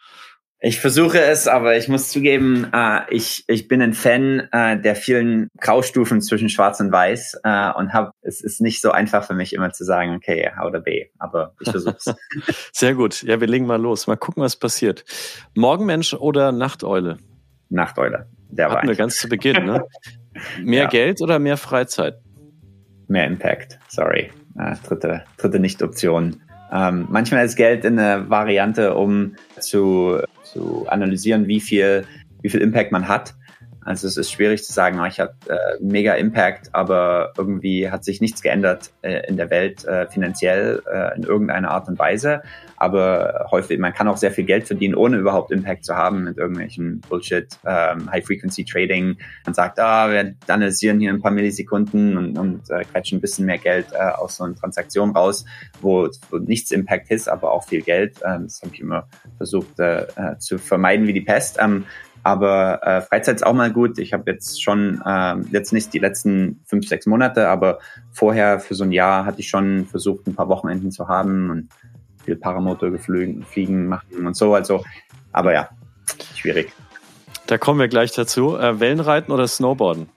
[SPEAKER 3] Ich versuche es, aber ich muss zugeben, äh, ich ich bin ein Fan äh, der vielen Graustufen zwischen Schwarz und Weiß äh, und hab, es ist nicht so einfach für mich immer zu sagen, okay, A oder B, aber ich versuche es.
[SPEAKER 2] Sehr gut, ja, wir legen mal los. Mal gucken, was passiert. Morgenmensch oder Nachteule?
[SPEAKER 3] Nachteule, der war
[SPEAKER 2] Hatten wir ganz zu Beginn, ne? Mehr ja. Geld oder mehr Freizeit?
[SPEAKER 3] Mehr Impact, sorry. Äh, dritte, dritte Nicht-Option. Ähm, manchmal ist Geld eine Variante, um zu, zu analysieren, wie viel, wie viel Impact man hat. Also es ist schwierig zu sagen, oh, ich habe äh, mega Impact, aber irgendwie hat sich nichts geändert äh, in der Welt äh, finanziell äh, in irgendeiner Art und Weise. Aber häufig, man kann auch sehr viel Geld verdienen, ohne überhaupt Impact zu haben mit irgendwelchen Bullshit, ähm, High-Frequency-Trading. Man sagt, ah, wir analysieren hier ein paar Millisekunden und, und äh, quetschen ein bisschen mehr Geld äh, aus so einer Transaktion raus, wo, wo nichts Impact ist, aber auch viel Geld. Ähm, das habe ich immer versucht äh, zu vermeiden wie die Pest. Ähm, Aber äh, Freizeit ist auch mal gut. Ich habe jetzt schon, äh, jetzt nicht die letzten fünf, sechs Monate, aber vorher für so ein Jahr hatte ich schon versucht, ein paar Wochenenden zu haben und viel Paramotor geflogen, fliegen, machen und so. Also, aber ja, schwierig.
[SPEAKER 2] Da kommen wir gleich dazu. Äh, Wellenreiten oder Snowboarden?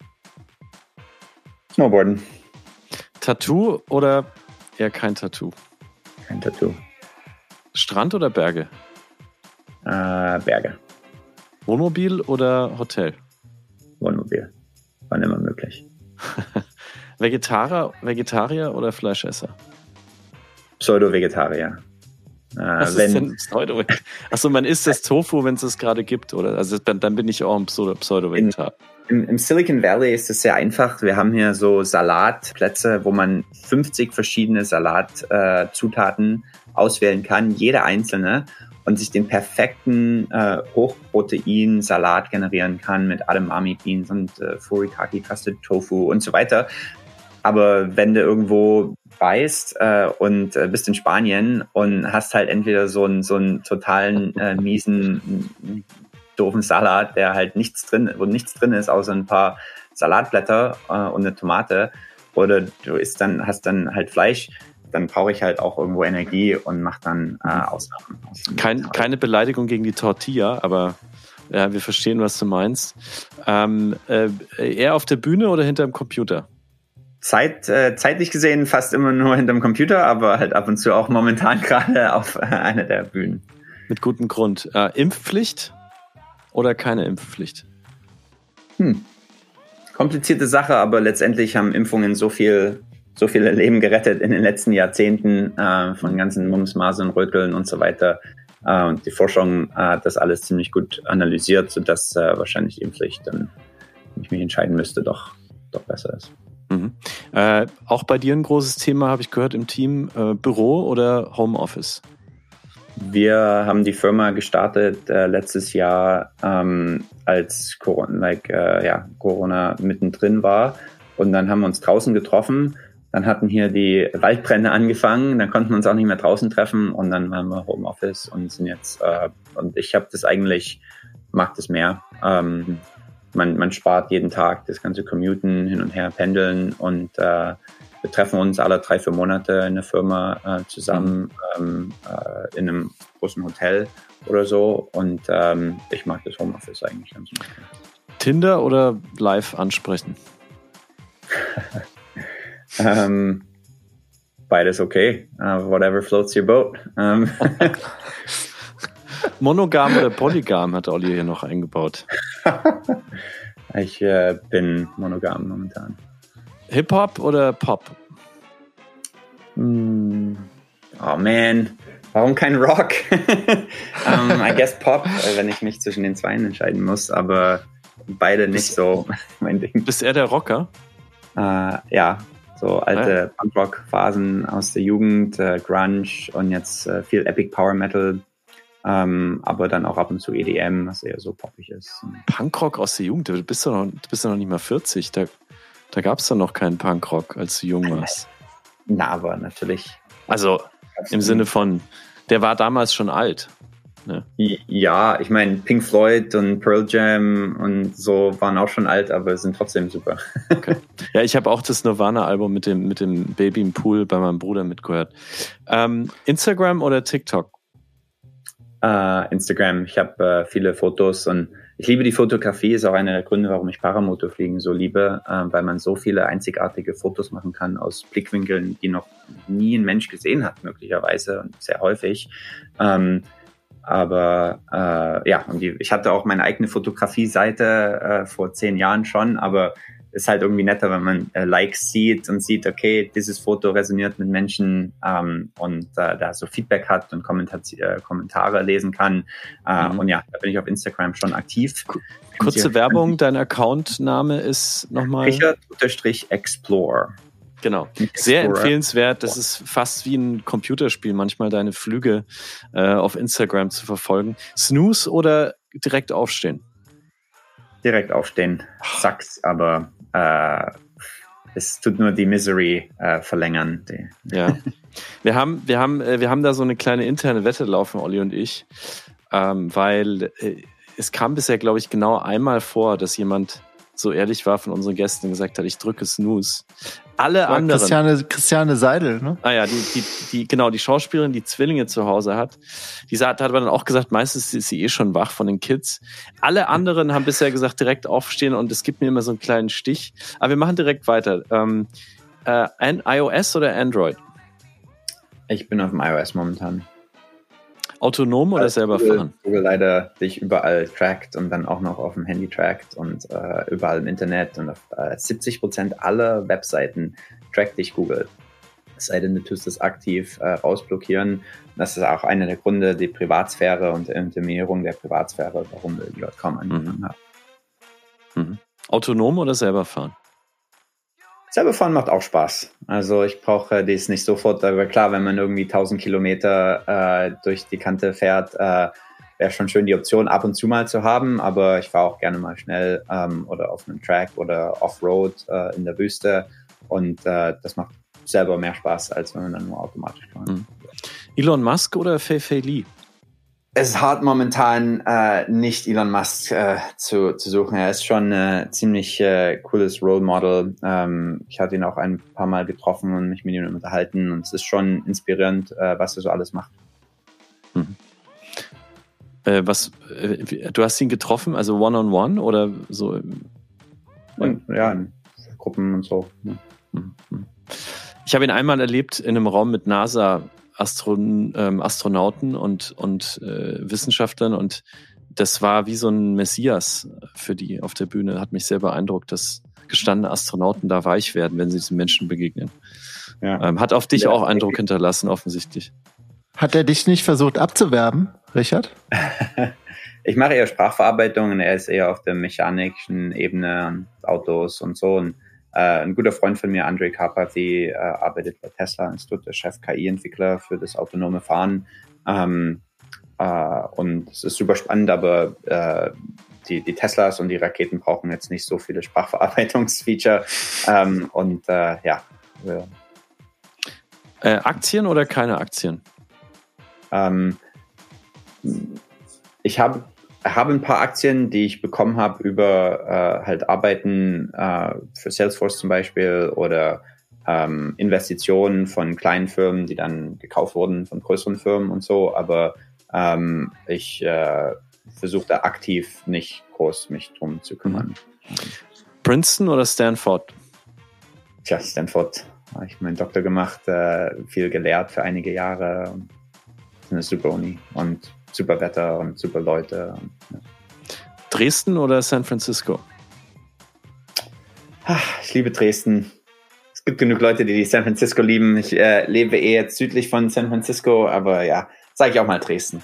[SPEAKER 3] Snowboarden.
[SPEAKER 2] Tattoo oder eher kein Tattoo?
[SPEAKER 3] Kein Tattoo.
[SPEAKER 2] Strand oder Berge?
[SPEAKER 3] Äh, Berge.
[SPEAKER 2] Wohnmobil oder Hotel?
[SPEAKER 3] Wohnmobil. Wann immer möglich.
[SPEAKER 2] Vegetarier, Vegetarier oder Fleischesser?
[SPEAKER 3] Pseudo-Vegetarier. Äh,
[SPEAKER 2] Was
[SPEAKER 3] wenn,
[SPEAKER 2] ist denn Pseudo? Achso, man isst das Tofu, wenn es es gerade gibt, oder? Also dann, dann bin ich auch ein Pseudo-Vegetarier.
[SPEAKER 3] Im, Im Silicon Valley ist es sehr einfach. Wir haben hier so Salatplätze, wo man fünfzig verschiedene Salatzutaten äh, auswählen kann, jede einzelne, und sich den perfekten äh, Hochprotein-Salat generieren kann mit Edamame Beans und äh, Furikake Custard Tofu und so weiter. Aber wenn du irgendwo reist äh, und äh, bist in Spanien und hast halt entweder so einen so einen totalen äh, miesen doofen Salat, der halt nichts drin, wo nichts drin ist, außer ein paar Salatblätter äh, und eine Tomate, oder du isst dann, hast dann halt Fleisch, dann brauche ich halt auch irgendwo Energie und mache dann äh, Ausnahmen.
[SPEAKER 2] Kein, keine Beleidigung gegen die Tortilla, aber Ja, wir verstehen, was du meinst. Ähm, äh, eher auf der Bühne oder hinterm Computer?
[SPEAKER 3] Zeit, äh, zeitlich gesehen fast immer nur hinterm Computer, aber halt ab und zu auch momentan gerade auf äh, einer der Bühnen.
[SPEAKER 2] Mit gutem Grund. Äh, Impfpflicht oder keine Impfpflicht?
[SPEAKER 3] Hm. Komplizierte Sache, aber letztendlich haben Impfungen so viel, so viele Leben gerettet in den letzten Jahrzehnten äh, von ganzen Mumps, Masern, Röteln und so weiter. Äh, und die Forschung hat das alles ziemlich gut analysiert, sodass äh, wahrscheinlich die Impfpflicht dann, wenn ich mich entscheiden müsste, doch, doch besser ist.
[SPEAKER 2] Mhm. Äh, auch bei dir ein großes Thema, habe ich gehört, im Team, äh, Büro oder Homeoffice?
[SPEAKER 3] Wir haben die Firma gestartet äh, letztes Jahr, ähm, als Corona, like, äh, ja, Corona mittendrin war. Und dann haben wir uns draußen getroffen. Dann hatten hier die Waldbrände angefangen. Dann konnten wir uns auch nicht mehr draußen treffen. Und dann waren wir Homeoffice und sind jetzt, äh, und ich habe das eigentlich, mag das mehr. Ähm, Man, man spart jeden Tag das ganze Commuten, hin und her pendeln und äh, wir treffen uns alle drei, vier Monate in der Firma äh, zusammen ähm, äh, in einem großen Hotel oder so und ähm, ich mag das Homeoffice eigentlich ganz gut.
[SPEAKER 2] Tinder oder live ansprechen?
[SPEAKER 3] ähm, beides okay. Uh, whatever floats your boat. Um,
[SPEAKER 2] Monogam oder Polygam hat Olli hier noch eingebaut?
[SPEAKER 3] Ich äh, bin monogam momentan.
[SPEAKER 2] Hip-Hop oder Pop?
[SPEAKER 3] Mm. Oh man, warum kein Rock? um, I guess Pop, wenn ich mich zwischen den Zweien entscheiden muss, aber beide nicht bist, so mein Ding.
[SPEAKER 2] Bist er der Rocker?
[SPEAKER 3] Uh, ja, so alte ja. Punkrock-Phasen aus der Jugend, äh, Grunge und jetzt äh, viel Epic Power Metal. Ähm, aber dann auch ab und zu E D M, was eher so poppig ist.
[SPEAKER 2] Punkrock aus der Jugend? Du bist doch noch, du bist doch noch nicht mal vierzig. Da, da gab es doch noch keinen Punkrock, als du jung warst.
[SPEAKER 3] Na, aber natürlich.
[SPEAKER 2] Also im Sinne von, der war damals schon alt. Ne?
[SPEAKER 3] Ja, ich meine, Pink Floyd und Pearl Jam und so waren auch schon alt, aber sind trotzdem super.
[SPEAKER 2] Okay. Ja, ich habe auch das Nirvana-Album mit dem, mit dem Baby im Pool bei meinem Bruder mitgehört. Ähm, Instagram oder TikTok?
[SPEAKER 3] Uh, Instagram. Ich habe uh, viele Fotos und ich liebe die Fotografie, ist auch einer der Gründe, warum ich Paramotorfliegen so liebe, uh, weil man so viele einzigartige Fotos machen kann aus Blickwinkeln, die noch nie ein Mensch gesehen hat, möglicherweise und sehr häufig. Um, aber uh, ja, und die, ich hatte auch meine eigene Fotografie-Seite uh, vor zehn Jahren schon, aber ist halt irgendwie netter, wenn man äh, Likes sieht und sieht, okay, dieses Foto resoniert mit Menschen ähm, und äh, da so Feedback hat und Kommentar- äh, Kommentare lesen kann. Äh, mhm. Und ja, da bin ich auf Instagram schon aktiv.
[SPEAKER 2] Kurze Werbung, dein Accountname ist nochmal?
[SPEAKER 3] Richard-Explore.
[SPEAKER 2] Genau, sehr empfehlenswert. Das ist fast wie ein Computerspiel, manchmal deine Flüge äh, auf Instagram zu verfolgen. Snooze oder direkt aufstehen?
[SPEAKER 3] Direkt aufstehen, sucks, aber äh, es tut nur die Misery äh, verlängern. Die.
[SPEAKER 2] Ja, wir haben, wir haben, äh, wir haben da so eine kleine interne Wette laufen, Olli und ich, ähm, weil äh, es kam bisher, glaube ich, genau einmal vor, dass jemand so ehrlich war von unseren Gästen und gesagt hat, ich drücke Snooze. Alle
[SPEAKER 1] war
[SPEAKER 2] anderen.
[SPEAKER 1] Christiane, Christiane Seidel, ne?
[SPEAKER 2] Ah ja, die, die, die, genau, die Schauspielerin, die Zwillinge zu Hause hat. Die hat aber dann auch gesagt, meistens ist sie eh schon wach von den Kids. Alle anderen haben bisher gesagt, direkt aufstehen und es gibt mir immer so einen kleinen Stich. Aber wir machen direkt weiter. Ähm, äh, iOS oder Android?
[SPEAKER 3] Ich bin auf dem iOS momentan.
[SPEAKER 2] Autonom oder
[SPEAKER 3] also
[SPEAKER 2] selber
[SPEAKER 3] Google,
[SPEAKER 2] fahren?
[SPEAKER 3] Google leider dich überall trackt und dann auch noch auf dem Handy trackt und äh, überall im Internet und auf äh, siebzig Prozent aller Webseiten trackt dich Google. Es sei denn, du tust das aktiv äh, rausblockieren. Das ist auch einer der Gründe, die Privatsphäre und die Interminierung der Privatsphäre, warum wir die .com angefangen
[SPEAKER 2] mhm.
[SPEAKER 3] haben.
[SPEAKER 2] Mhm. Autonom oder selber fahren?
[SPEAKER 3] Selber fahren macht auch Spaß. Also ich brauche das nicht sofort, aber klar, wenn man irgendwie tausend Kilometer äh, durch die Kante fährt, äh, wäre schon schön, die Option ab und zu mal zu haben, aber ich fahre auch gerne mal schnell ähm, oder auf einem Track oder Offroad äh, in der Wüste und äh, das macht selber mehr Spaß, als wenn man dann nur automatisch fährt.
[SPEAKER 2] Mhm. Elon Musk oder Fei Fei Li?
[SPEAKER 3] Es ist hart momentan äh, nicht Elon Musk äh, zu, zu suchen. Er ist schon ein äh, ziemlich äh, cooles Role Model. Ähm, ich hatte ihn auch ein paar Mal getroffen und mich mit ihm unterhalten und es ist schon inspirierend, äh, was er so alles macht.
[SPEAKER 2] Mhm. Äh, was, äh, du hast ihn getroffen, also one-on-one oder so?
[SPEAKER 3] Und, ja, in Gruppen und so. Ja.
[SPEAKER 2] Ich habe ihn einmal erlebt in einem Raum mit NASA-Astronauten ähm, Astronauten und, und äh, Wissenschaftlern und das war wie so ein Messias für die auf der Bühne. Hat mich sehr beeindruckt, dass gestandene Astronauten da weich werden, wenn sie diesen Menschen begegnen. Ja. Ähm, hat auf dich ja, auch Eindruck hinterlassen, offensichtlich.
[SPEAKER 1] Hat er dich nicht versucht abzuwerben, Richard?
[SPEAKER 3] Ich mache eher Sprachverarbeitung und er ist eher auf der mechanischen Ebene, Autos und so. Und äh, ein guter Freund von mir, Andrej Karpathy, äh, arbeitet bei Tesla und ist dort der Chef K I-Entwickler für das autonome Fahren. Ähm, äh, und es ist super spannend, aber äh, die, die Teslas und die Raketen brauchen jetzt nicht so viele Sprachverarbeitungsfeature. Ähm, und äh, ja. ja.
[SPEAKER 2] Äh, Aktien oder keine Aktien?
[SPEAKER 3] Ähm, ich habe habe ein paar Aktien, die ich bekommen habe über äh, halt Arbeiten äh, für Salesforce zum Beispiel oder ähm, Investitionen von kleinen Firmen, die dann gekauft wurden von größeren Firmen und so. Aber ähm, ich äh, versuche da aktiv nicht groß mich drum zu kümmern.
[SPEAKER 2] Princeton oder Stanford?
[SPEAKER 3] Tja, Stanford. Habe ich meinen Doktor gemacht, äh, viel gelehrt für einige Jahre. Das ist eine super Uni und super Wetter und super Leute. Und, ja.
[SPEAKER 2] Dresden oder San Francisco?
[SPEAKER 3] Ach, ich liebe Dresden. Es gibt genug Leute, die San Francisco lieben. Ich äh, lebe eh jetzt südlich von San Francisco, aber ja, sage ich auch mal Dresden.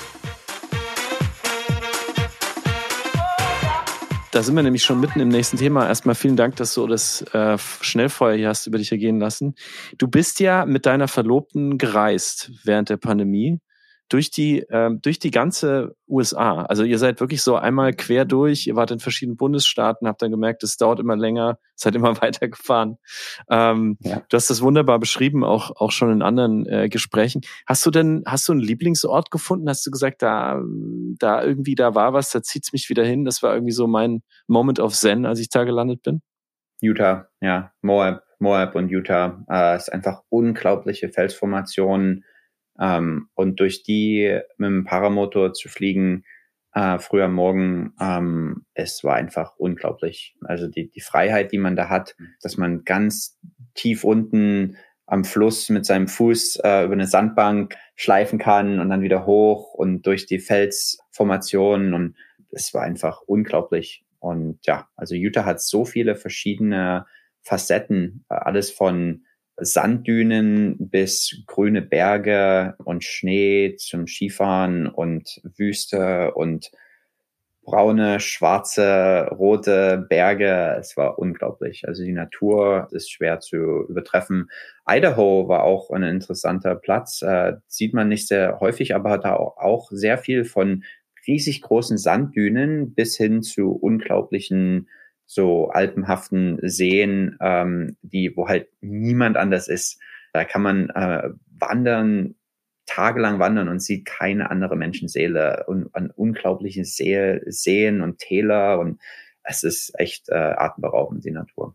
[SPEAKER 2] Da sind wir nämlich schon mitten im nächsten Thema. Erstmal vielen Dank, dass du das äh, Schnellfeuer hier hast über dich ergehen lassen. Du bist ja mit deiner Verlobten gereist während der Pandemie durch die ähm, durch die ganze U S A. Also ihr seid wirklich so einmal quer durch. Ihr wart in verschiedenen Bundesstaaten, habt dann gemerkt, es dauert immer länger, seid immer weitergefahren. Ähm, ja. Du hast das wunderbar beschrieben, auch auch schon in anderen äh, Gesprächen. Hast du denn hast du einen Lieblingsort gefunden? Hast du gesagt, da da irgendwie da war was, da zieht's mich wieder hin. Das war irgendwie so mein Moment of Zen, als ich da gelandet bin.
[SPEAKER 3] Utah, ja, Moab, Moab und Utah. Äh, ist einfach unglaubliche Felsformationen. Ähm, und durch die mit dem Paramotor zu fliegen, äh, früh am Morgen, ähm, es war einfach unglaublich. Also die, die Freiheit, die man da hat, dass man ganz tief unten am Fluss mit seinem Fuß äh, über eine Sandbank schleifen kann und dann wieder hoch und durch die Felsformationen und es war einfach unglaublich. Und ja, also Utah hat so viele verschiedene Facetten, alles von Sanddünen bis grüne Berge und Schnee zum Skifahren und Wüste und braune, schwarze, rote Berge. Es war unglaublich. Also die Natur ist schwer zu übertreffen. Idaho war auch ein interessanter Platz. Äh, sieht man nicht sehr häufig, aber hat da auch sehr viel von riesig großen Sanddünen bis hin zu unglaublichen so alpenhaften Seen, ähm, die, wo halt niemand anders ist. Da kann man äh, wandern, tagelang wandern und sieht keine andere Menschenseele und an unglaublichen See, Seen und Täler und es ist echt äh, atemberaubend, die Natur.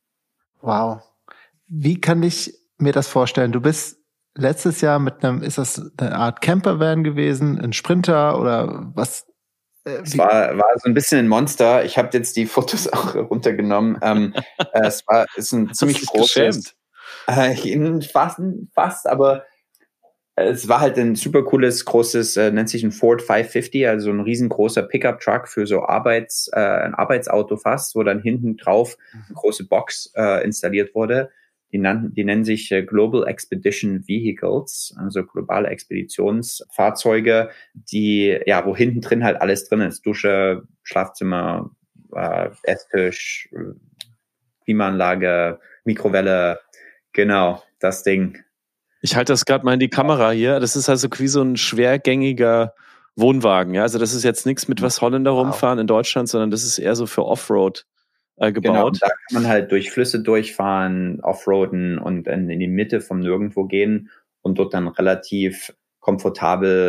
[SPEAKER 1] Wow. Wie kann ich mir das vorstellen? Du bist letztes Jahr mit einem, ist das eine Art Campervan gewesen, ein Sprinter oder was?
[SPEAKER 3] Es war, war so ein bisschen ein Monster. Ich habe jetzt die Fotos auch runtergenommen. Ähm, äh, es war ist ein ziemlich großes. Äh, fast, fast, aber es war halt ein super cooles, großes, äh, nennt sich ein Ford fünfhundertfünfzig, also ein riesengroßer Pickup-Truck für so Arbeits, äh, ein Arbeitsauto fast, wo dann hinten drauf eine große Box äh, installiert wurde. Die, nannten, die nennen sich äh, Global Expedition Vehicles, also globale Expeditionsfahrzeuge, die, ja, wo hinten drin halt alles drin ist. Dusche, Schlafzimmer, äh, Esstisch, Klimaanlage, Mikrowelle, genau, das Ding.
[SPEAKER 2] Ich halte das gerade mal in die Kamera hier. Das ist also wie so ein schwergängiger Wohnwagen. Ja? Also das ist jetzt nichts, mit was Holländer wow. rumfahren in Deutschland, sondern das ist eher so für Offroad äh, gebaut.
[SPEAKER 3] Genau, und da kann man halt durch Flüsse durchfahren, offroaden und in, in die Mitte vom Nirgendwo gehen und dort dann relativ komfortabel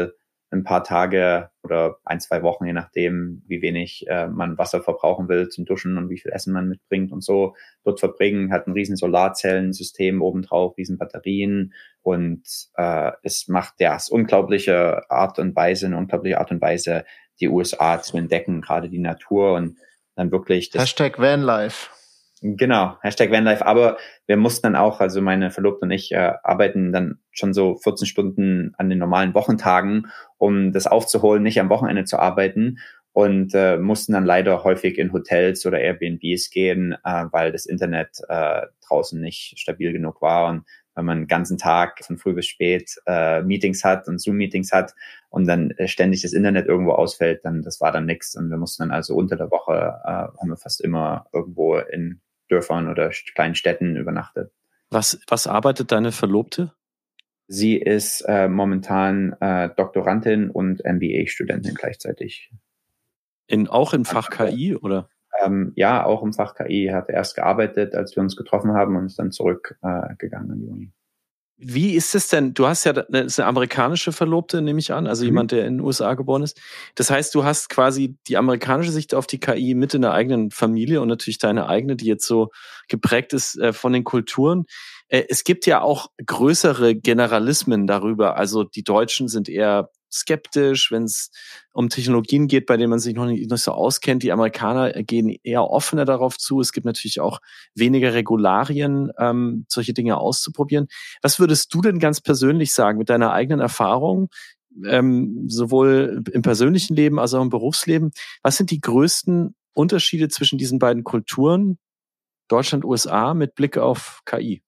[SPEAKER 3] ein paar Tage oder ein, zwei Wochen, je nachdem, wie wenig äh, man Wasser verbrauchen will zum Duschen und wie viel Essen man mitbringt und so, dort verbringen, hat ein riesen Solarzellensystem obendrauf, riesen Batterien und äh, es macht ja es unglaubliche Art und Weise, eine unglaubliche Art und Weise, die U S A zu entdecken, gerade die Natur und dann wirklich das
[SPEAKER 1] Hashtag Vanlife.
[SPEAKER 3] Genau, Hashtag Vanlife. Aber wir mussten dann auch, also meine Verlobte und ich äh, arbeiten dann schon so vierzehn Stunden an den normalen Wochentagen, um das aufzuholen, nicht am Wochenende zu arbeiten und äh, mussten dann leider häufig in Hotels oder Airbnbs gehen, äh, weil das Internet äh, draußen nicht stabil genug war und wenn man den ganzen Tag von früh bis spät äh, Meetings hat und Zoom-Meetings hat und dann äh, ständig das Internet irgendwo ausfällt, dann das war dann nichts und wir mussten dann also unter der Woche äh, haben wir fast immer irgendwo in Dörfern oder kleinen Städten übernachtet.
[SPEAKER 2] Was, was arbeitet deine Verlobte?
[SPEAKER 3] Sie ist äh, momentan äh, Doktorandin und M B A-Studentin gleichzeitig.
[SPEAKER 2] In, auch im Fach K I, oder?
[SPEAKER 3] Ähm, ja, auch im Fach K I. Hat erst gearbeitet, als wir uns getroffen haben und ist dann zurückgegangen äh, an die Uni.
[SPEAKER 2] Wie ist es denn? Du hast ja eine, ist eine amerikanische Verlobte, nehme ich an, also mhm. jemand, der in den U S A geboren ist. Das heißt, du hast quasi die amerikanische Sicht auf die K I mit in der eigenen Familie und natürlich deine eigene, die jetzt so geprägt ist äh, von den Kulturen. Äh, es gibt ja auch größere Generalismen darüber. Also die Deutschen sind eher skeptisch, wenn es um Technologien geht, bei denen man sich noch nicht, nicht so auskennt. Die Amerikaner gehen eher offener darauf zu. Es gibt natürlich auch weniger Regularien, ähm, solche Dinge auszuprobieren. Was würdest du denn ganz persönlich sagen mit deiner eigenen Erfahrung, ähm, sowohl im persönlichen Leben als auch im Berufsleben? Was sind die größten Unterschiede zwischen diesen beiden Kulturen, Deutschland, U S A, mit Blick auf K I?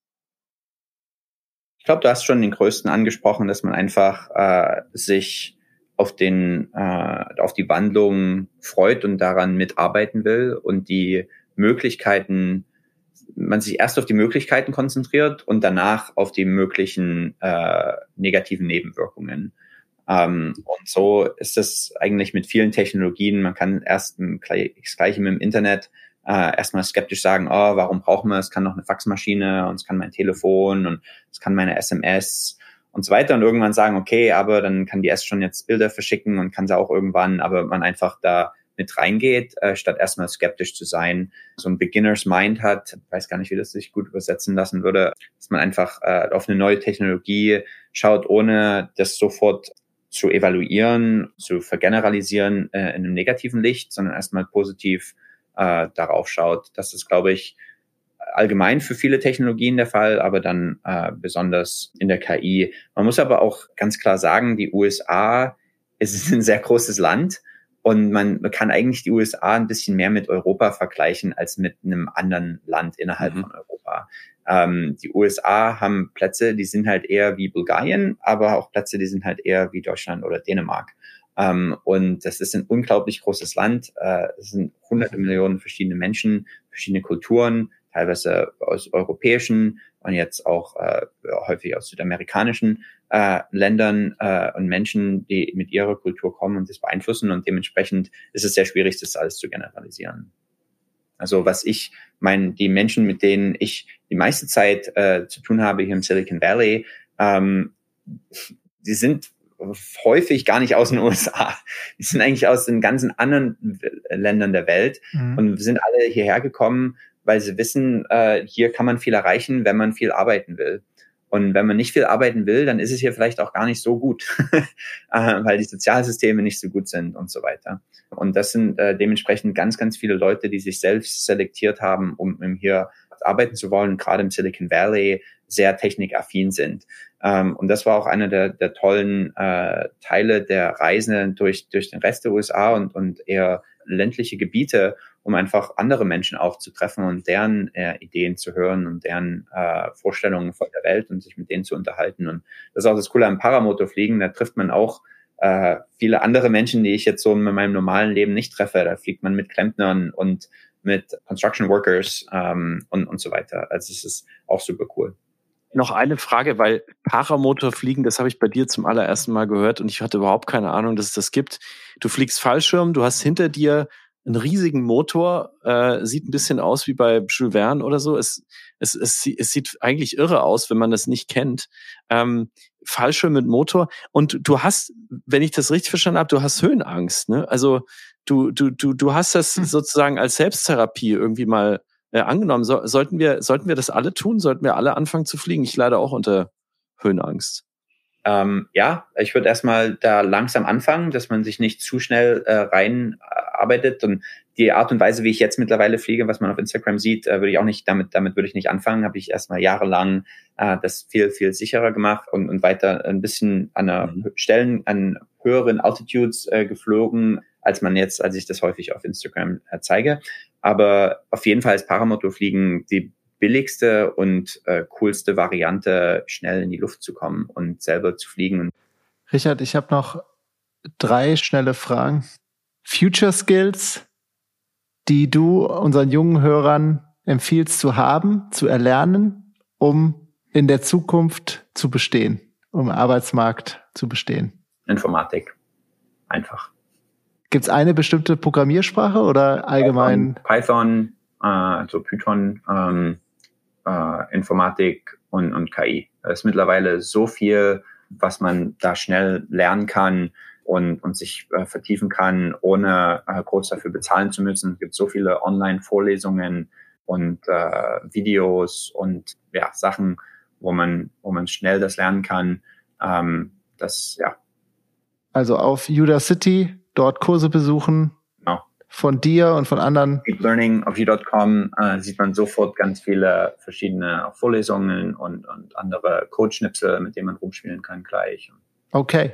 [SPEAKER 3] Ich glaube, du hast schon den größten angesprochen, dass man einfach äh, sich auf den äh, auf die Wandlung freut und daran mitarbeiten will und die Möglichkeiten, man sich erst auf die Möglichkeiten konzentriert und danach auf die möglichen äh, negativen Nebenwirkungen. Ähm, und so ist es eigentlich mit vielen Technologien. Man kann erst im, das Gleiche mit dem Internet äh, erstmal skeptisch sagen, oh, warum brauchen wir es? Es kann noch eine Faxmaschine und es kann mein Telefon und es kann meine S M S und so weiter. Und irgendwann sagen, okay, aber dann kann die erst schon jetzt Bilder verschicken und kann sie auch irgendwann, aber man einfach da mit reingeht, äh, statt erstmal skeptisch zu sein, so ein Beginner's Mind hat, ich weiß gar nicht, wie das sich gut übersetzen lassen würde, dass man einfach äh, auf eine neue Technologie schaut, ohne das sofort zu evaluieren, zu vergeneralisieren äh, in einem negativen Licht, sondern erstmal positiv äh, darauf schaut. Das ist, glaube ich, allgemein für viele Technologien der Fall, aber dann äh, besonders in der K I. Man muss aber auch ganz klar sagen, die U S A ist ein sehr großes Land und man kann eigentlich die U S A ein bisschen mehr mit Europa vergleichen als mit einem anderen Land innerhalb mhm. von Europa. Ähm, die U S A haben Plätze, die sind halt eher wie Bulgarien, aber auch Plätze, die sind halt eher wie Deutschland oder Dänemark. Um, und das ist ein unglaublich großes Land. Uh, es sind hunderte Millionen verschiedene Menschen, verschiedene Kulturen, teilweise aus europäischen und jetzt auch uh, häufig aus südamerikanischen uh, Ländern uh, und Menschen, die mit ihrer Kultur kommen und das beeinflussen. Und dementsprechend ist es sehr schwierig, das alles zu generalisieren. Also was ich meine, die Menschen, mit denen ich die meiste Zeit uh, zu tun habe hier im Silicon Valley, um, die sind häufig gar nicht aus den U S A. Die sind eigentlich aus den ganzen anderen Ländern der Welt mhm. und sind alle hierher gekommen, weil sie wissen, äh, hier kann man viel erreichen, wenn man viel arbeiten will. Und wenn man nicht viel arbeiten will, dann ist es hier vielleicht auch gar nicht so gut, äh, weil die Sozialsysteme nicht so gut sind und so weiter. Und das sind äh, dementsprechend ganz, ganz viele Leute, die sich selbst selektiert haben, um, um hier arbeiten zu wollen, gerade im Silicon Valley sehr technikaffin sind. Ähm, und das war auch einer der, der tollen äh, Teile der Reise durch, durch den Rest der U S A und, und eher ländliche Gebiete, um einfach andere Menschen auch zu treffen und deren äh, Ideen zu hören und deren äh, Vorstellungen von der Welt und sich mit denen zu unterhalten. Und das ist auch das Coole am Paramotorfliegen, da trifft man auch äh, viele andere Menschen, die ich jetzt so in meinem normalen Leben nicht treffe. Da fliegt man mit Klempnern und mit Construction Workers ähm, und, und so weiter. Also es ist auch super cool.
[SPEAKER 2] Noch eine Frage, weil Paramotorfliegen, das habe ich bei dir zum allerersten Mal gehört und ich hatte überhaupt keine Ahnung, dass es das gibt. Du fliegst Fallschirm, du hast hinter dir einen riesigen Motor, äh, sieht ein bisschen aus wie bei Jules Verne oder so. Es, es, es, es sieht eigentlich irre aus, wenn man das nicht kennt. Ähm, Fallschirm mit Motor. Und du hast, wenn ich das richtig verstanden habe, du hast Höhenangst, ne? Also du, du, du, du hast das hm. sozusagen als Selbsttherapie irgendwie mal äh, angenommen. So, sollten wir, sollten wir das alle tun? Sollten wir alle anfangen zu fliegen? Ich leide auch unter Höhenangst.
[SPEAKER 3] Ähm, ja, ich würde erstmal da langsam anfangen, dass man sich nicht zu schnell äh, reinarbeitet. Und die Art und Weise, wie ich jetzt mittlerweile fliege, was man auf Instagram sieht, äh, würde ich auch nicht, damit damit würde ich nicht anfangen. Habe ich erstmal jahrelang äh, das viel, viel sicherer gemacht und, und weiter ein bisschen an einer mhm. Stellen, an höheren Altitudes äh, geflogen, als man jetzt, als ich das häufig auf Instagram äh, zeige. Aber auf jeden Fall ist Paramotorfliegen die billigste und äh, coolste Variante, schnell in die Luft zu kommen und selber zu fliegen.
[SPEAKER 1] Richard, ich habe noch drei schnelle Fragen. Future Skills, die du unseren jungen Hörern empfiehlst zu haben, zu erlernen, um in der Zukunft zu bestehen, um im Arbeitsmarkt zu bestehen?
[SPEAKER 3] Informatik. Einfach.
[SPEAKER 1] Gibt es eine bestimmte Programmiersprache oder allgemein?
[SPEAKER 3] Python, Python äh, also Python, ähm, äh, Informatik und, und K I. Es ist mittlerweile so viel, was man da schnell lernen kann und, und sich äh, vertiefen kann, ohne äh, groß dafür bezahlen zu müssen. Es gibt so viele Online-Vorlesungen und äh, Videos und ja, Sachen, wo man, wo man schnell das lernen kann. Ähm, das, ja.
[SPEAKER 1] Also auf Udacity, dort Kurse besuchen.
[SPEAKER 3] Genau.
[SPEAKER 1] Von dir und von anderen.
[SPEAKER 3] Deep Learning auf u Punkt com äh, sieht man sofort ganz viele verschiedene Vorlesungen und, und andere Codeschnipsel, mit denen man rumspielen kann gleich.
[SPEAKER 1] Okay.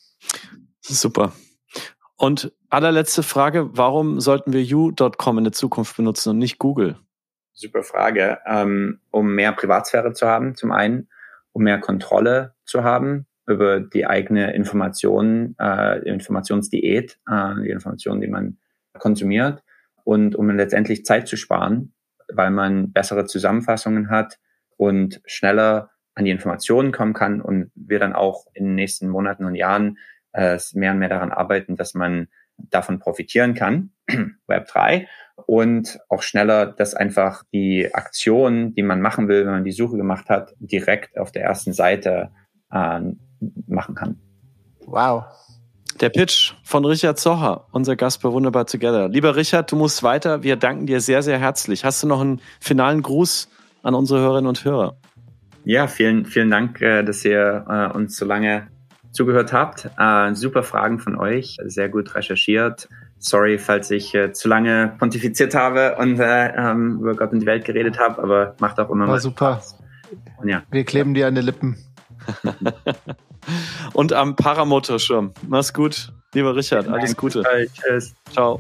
[SPEAKER 2] Super. Und allerletzte Frage, warum sollten wir u Punkt com in der Zukunft benutzen und nicht Google?
[SPEAKER 3] Super Frage. Ähm, um mehr Privatsphäre zu haben, zum einen, um mehr Kontrolle zu haben über die eigene Information, äh, Informationsdiät, äh, die Informationen, die man konsumiert, und um letztendlich Zeit zu sparen, weil man bessere Zusammenfassungen hat und schneller an die Informationen kommen kann, und wir dann auch in den nächsten Monaten und Jahren äh, mehr und mehr daran arbeiten, dass man davon profitieren kann, Web drei, und auch schneller, dass einfach die Aktion, die man machen will, wenn man die Suche gemacht hat, direkt auf der ersten Seite äh, machen kann.
[SPEAKER 1] Wow.
[SPEAKER 2] Der Pitch von Richard Zocher, unser Gast bei Wunderbar Together. Lieber Richard, du musst weiter. Wir danken dir sehr, sehr herzlich. Hast du noch einen finalen Gruß an unsere Hörerinnen und Hörer?
[SPEAKER 3] Ja, vielen, vielen Dank, dass ihr uns so lange zugehört habt. Super Fragen von euch, sehr gut recherchiert. Sorry, falls ich zu lange pontifiziert habe und über Gott und die Welt geredet habe, aber macht auch immer
[SPEAKER 1] War
[SPEAKER 3] mal
[SPEAKER 1] super.
[SPEAKER 3] Spaß. Und ja.
[SPEAKER 1] Wir kleben dir an die Lippen.
[SPEAKER 2] Und am Paramotorschirm. Mach's gut, lieber Richard. Alles Gute.
[SPEAKER 3] Tschüss.
[SPEAKER 2] Ciao.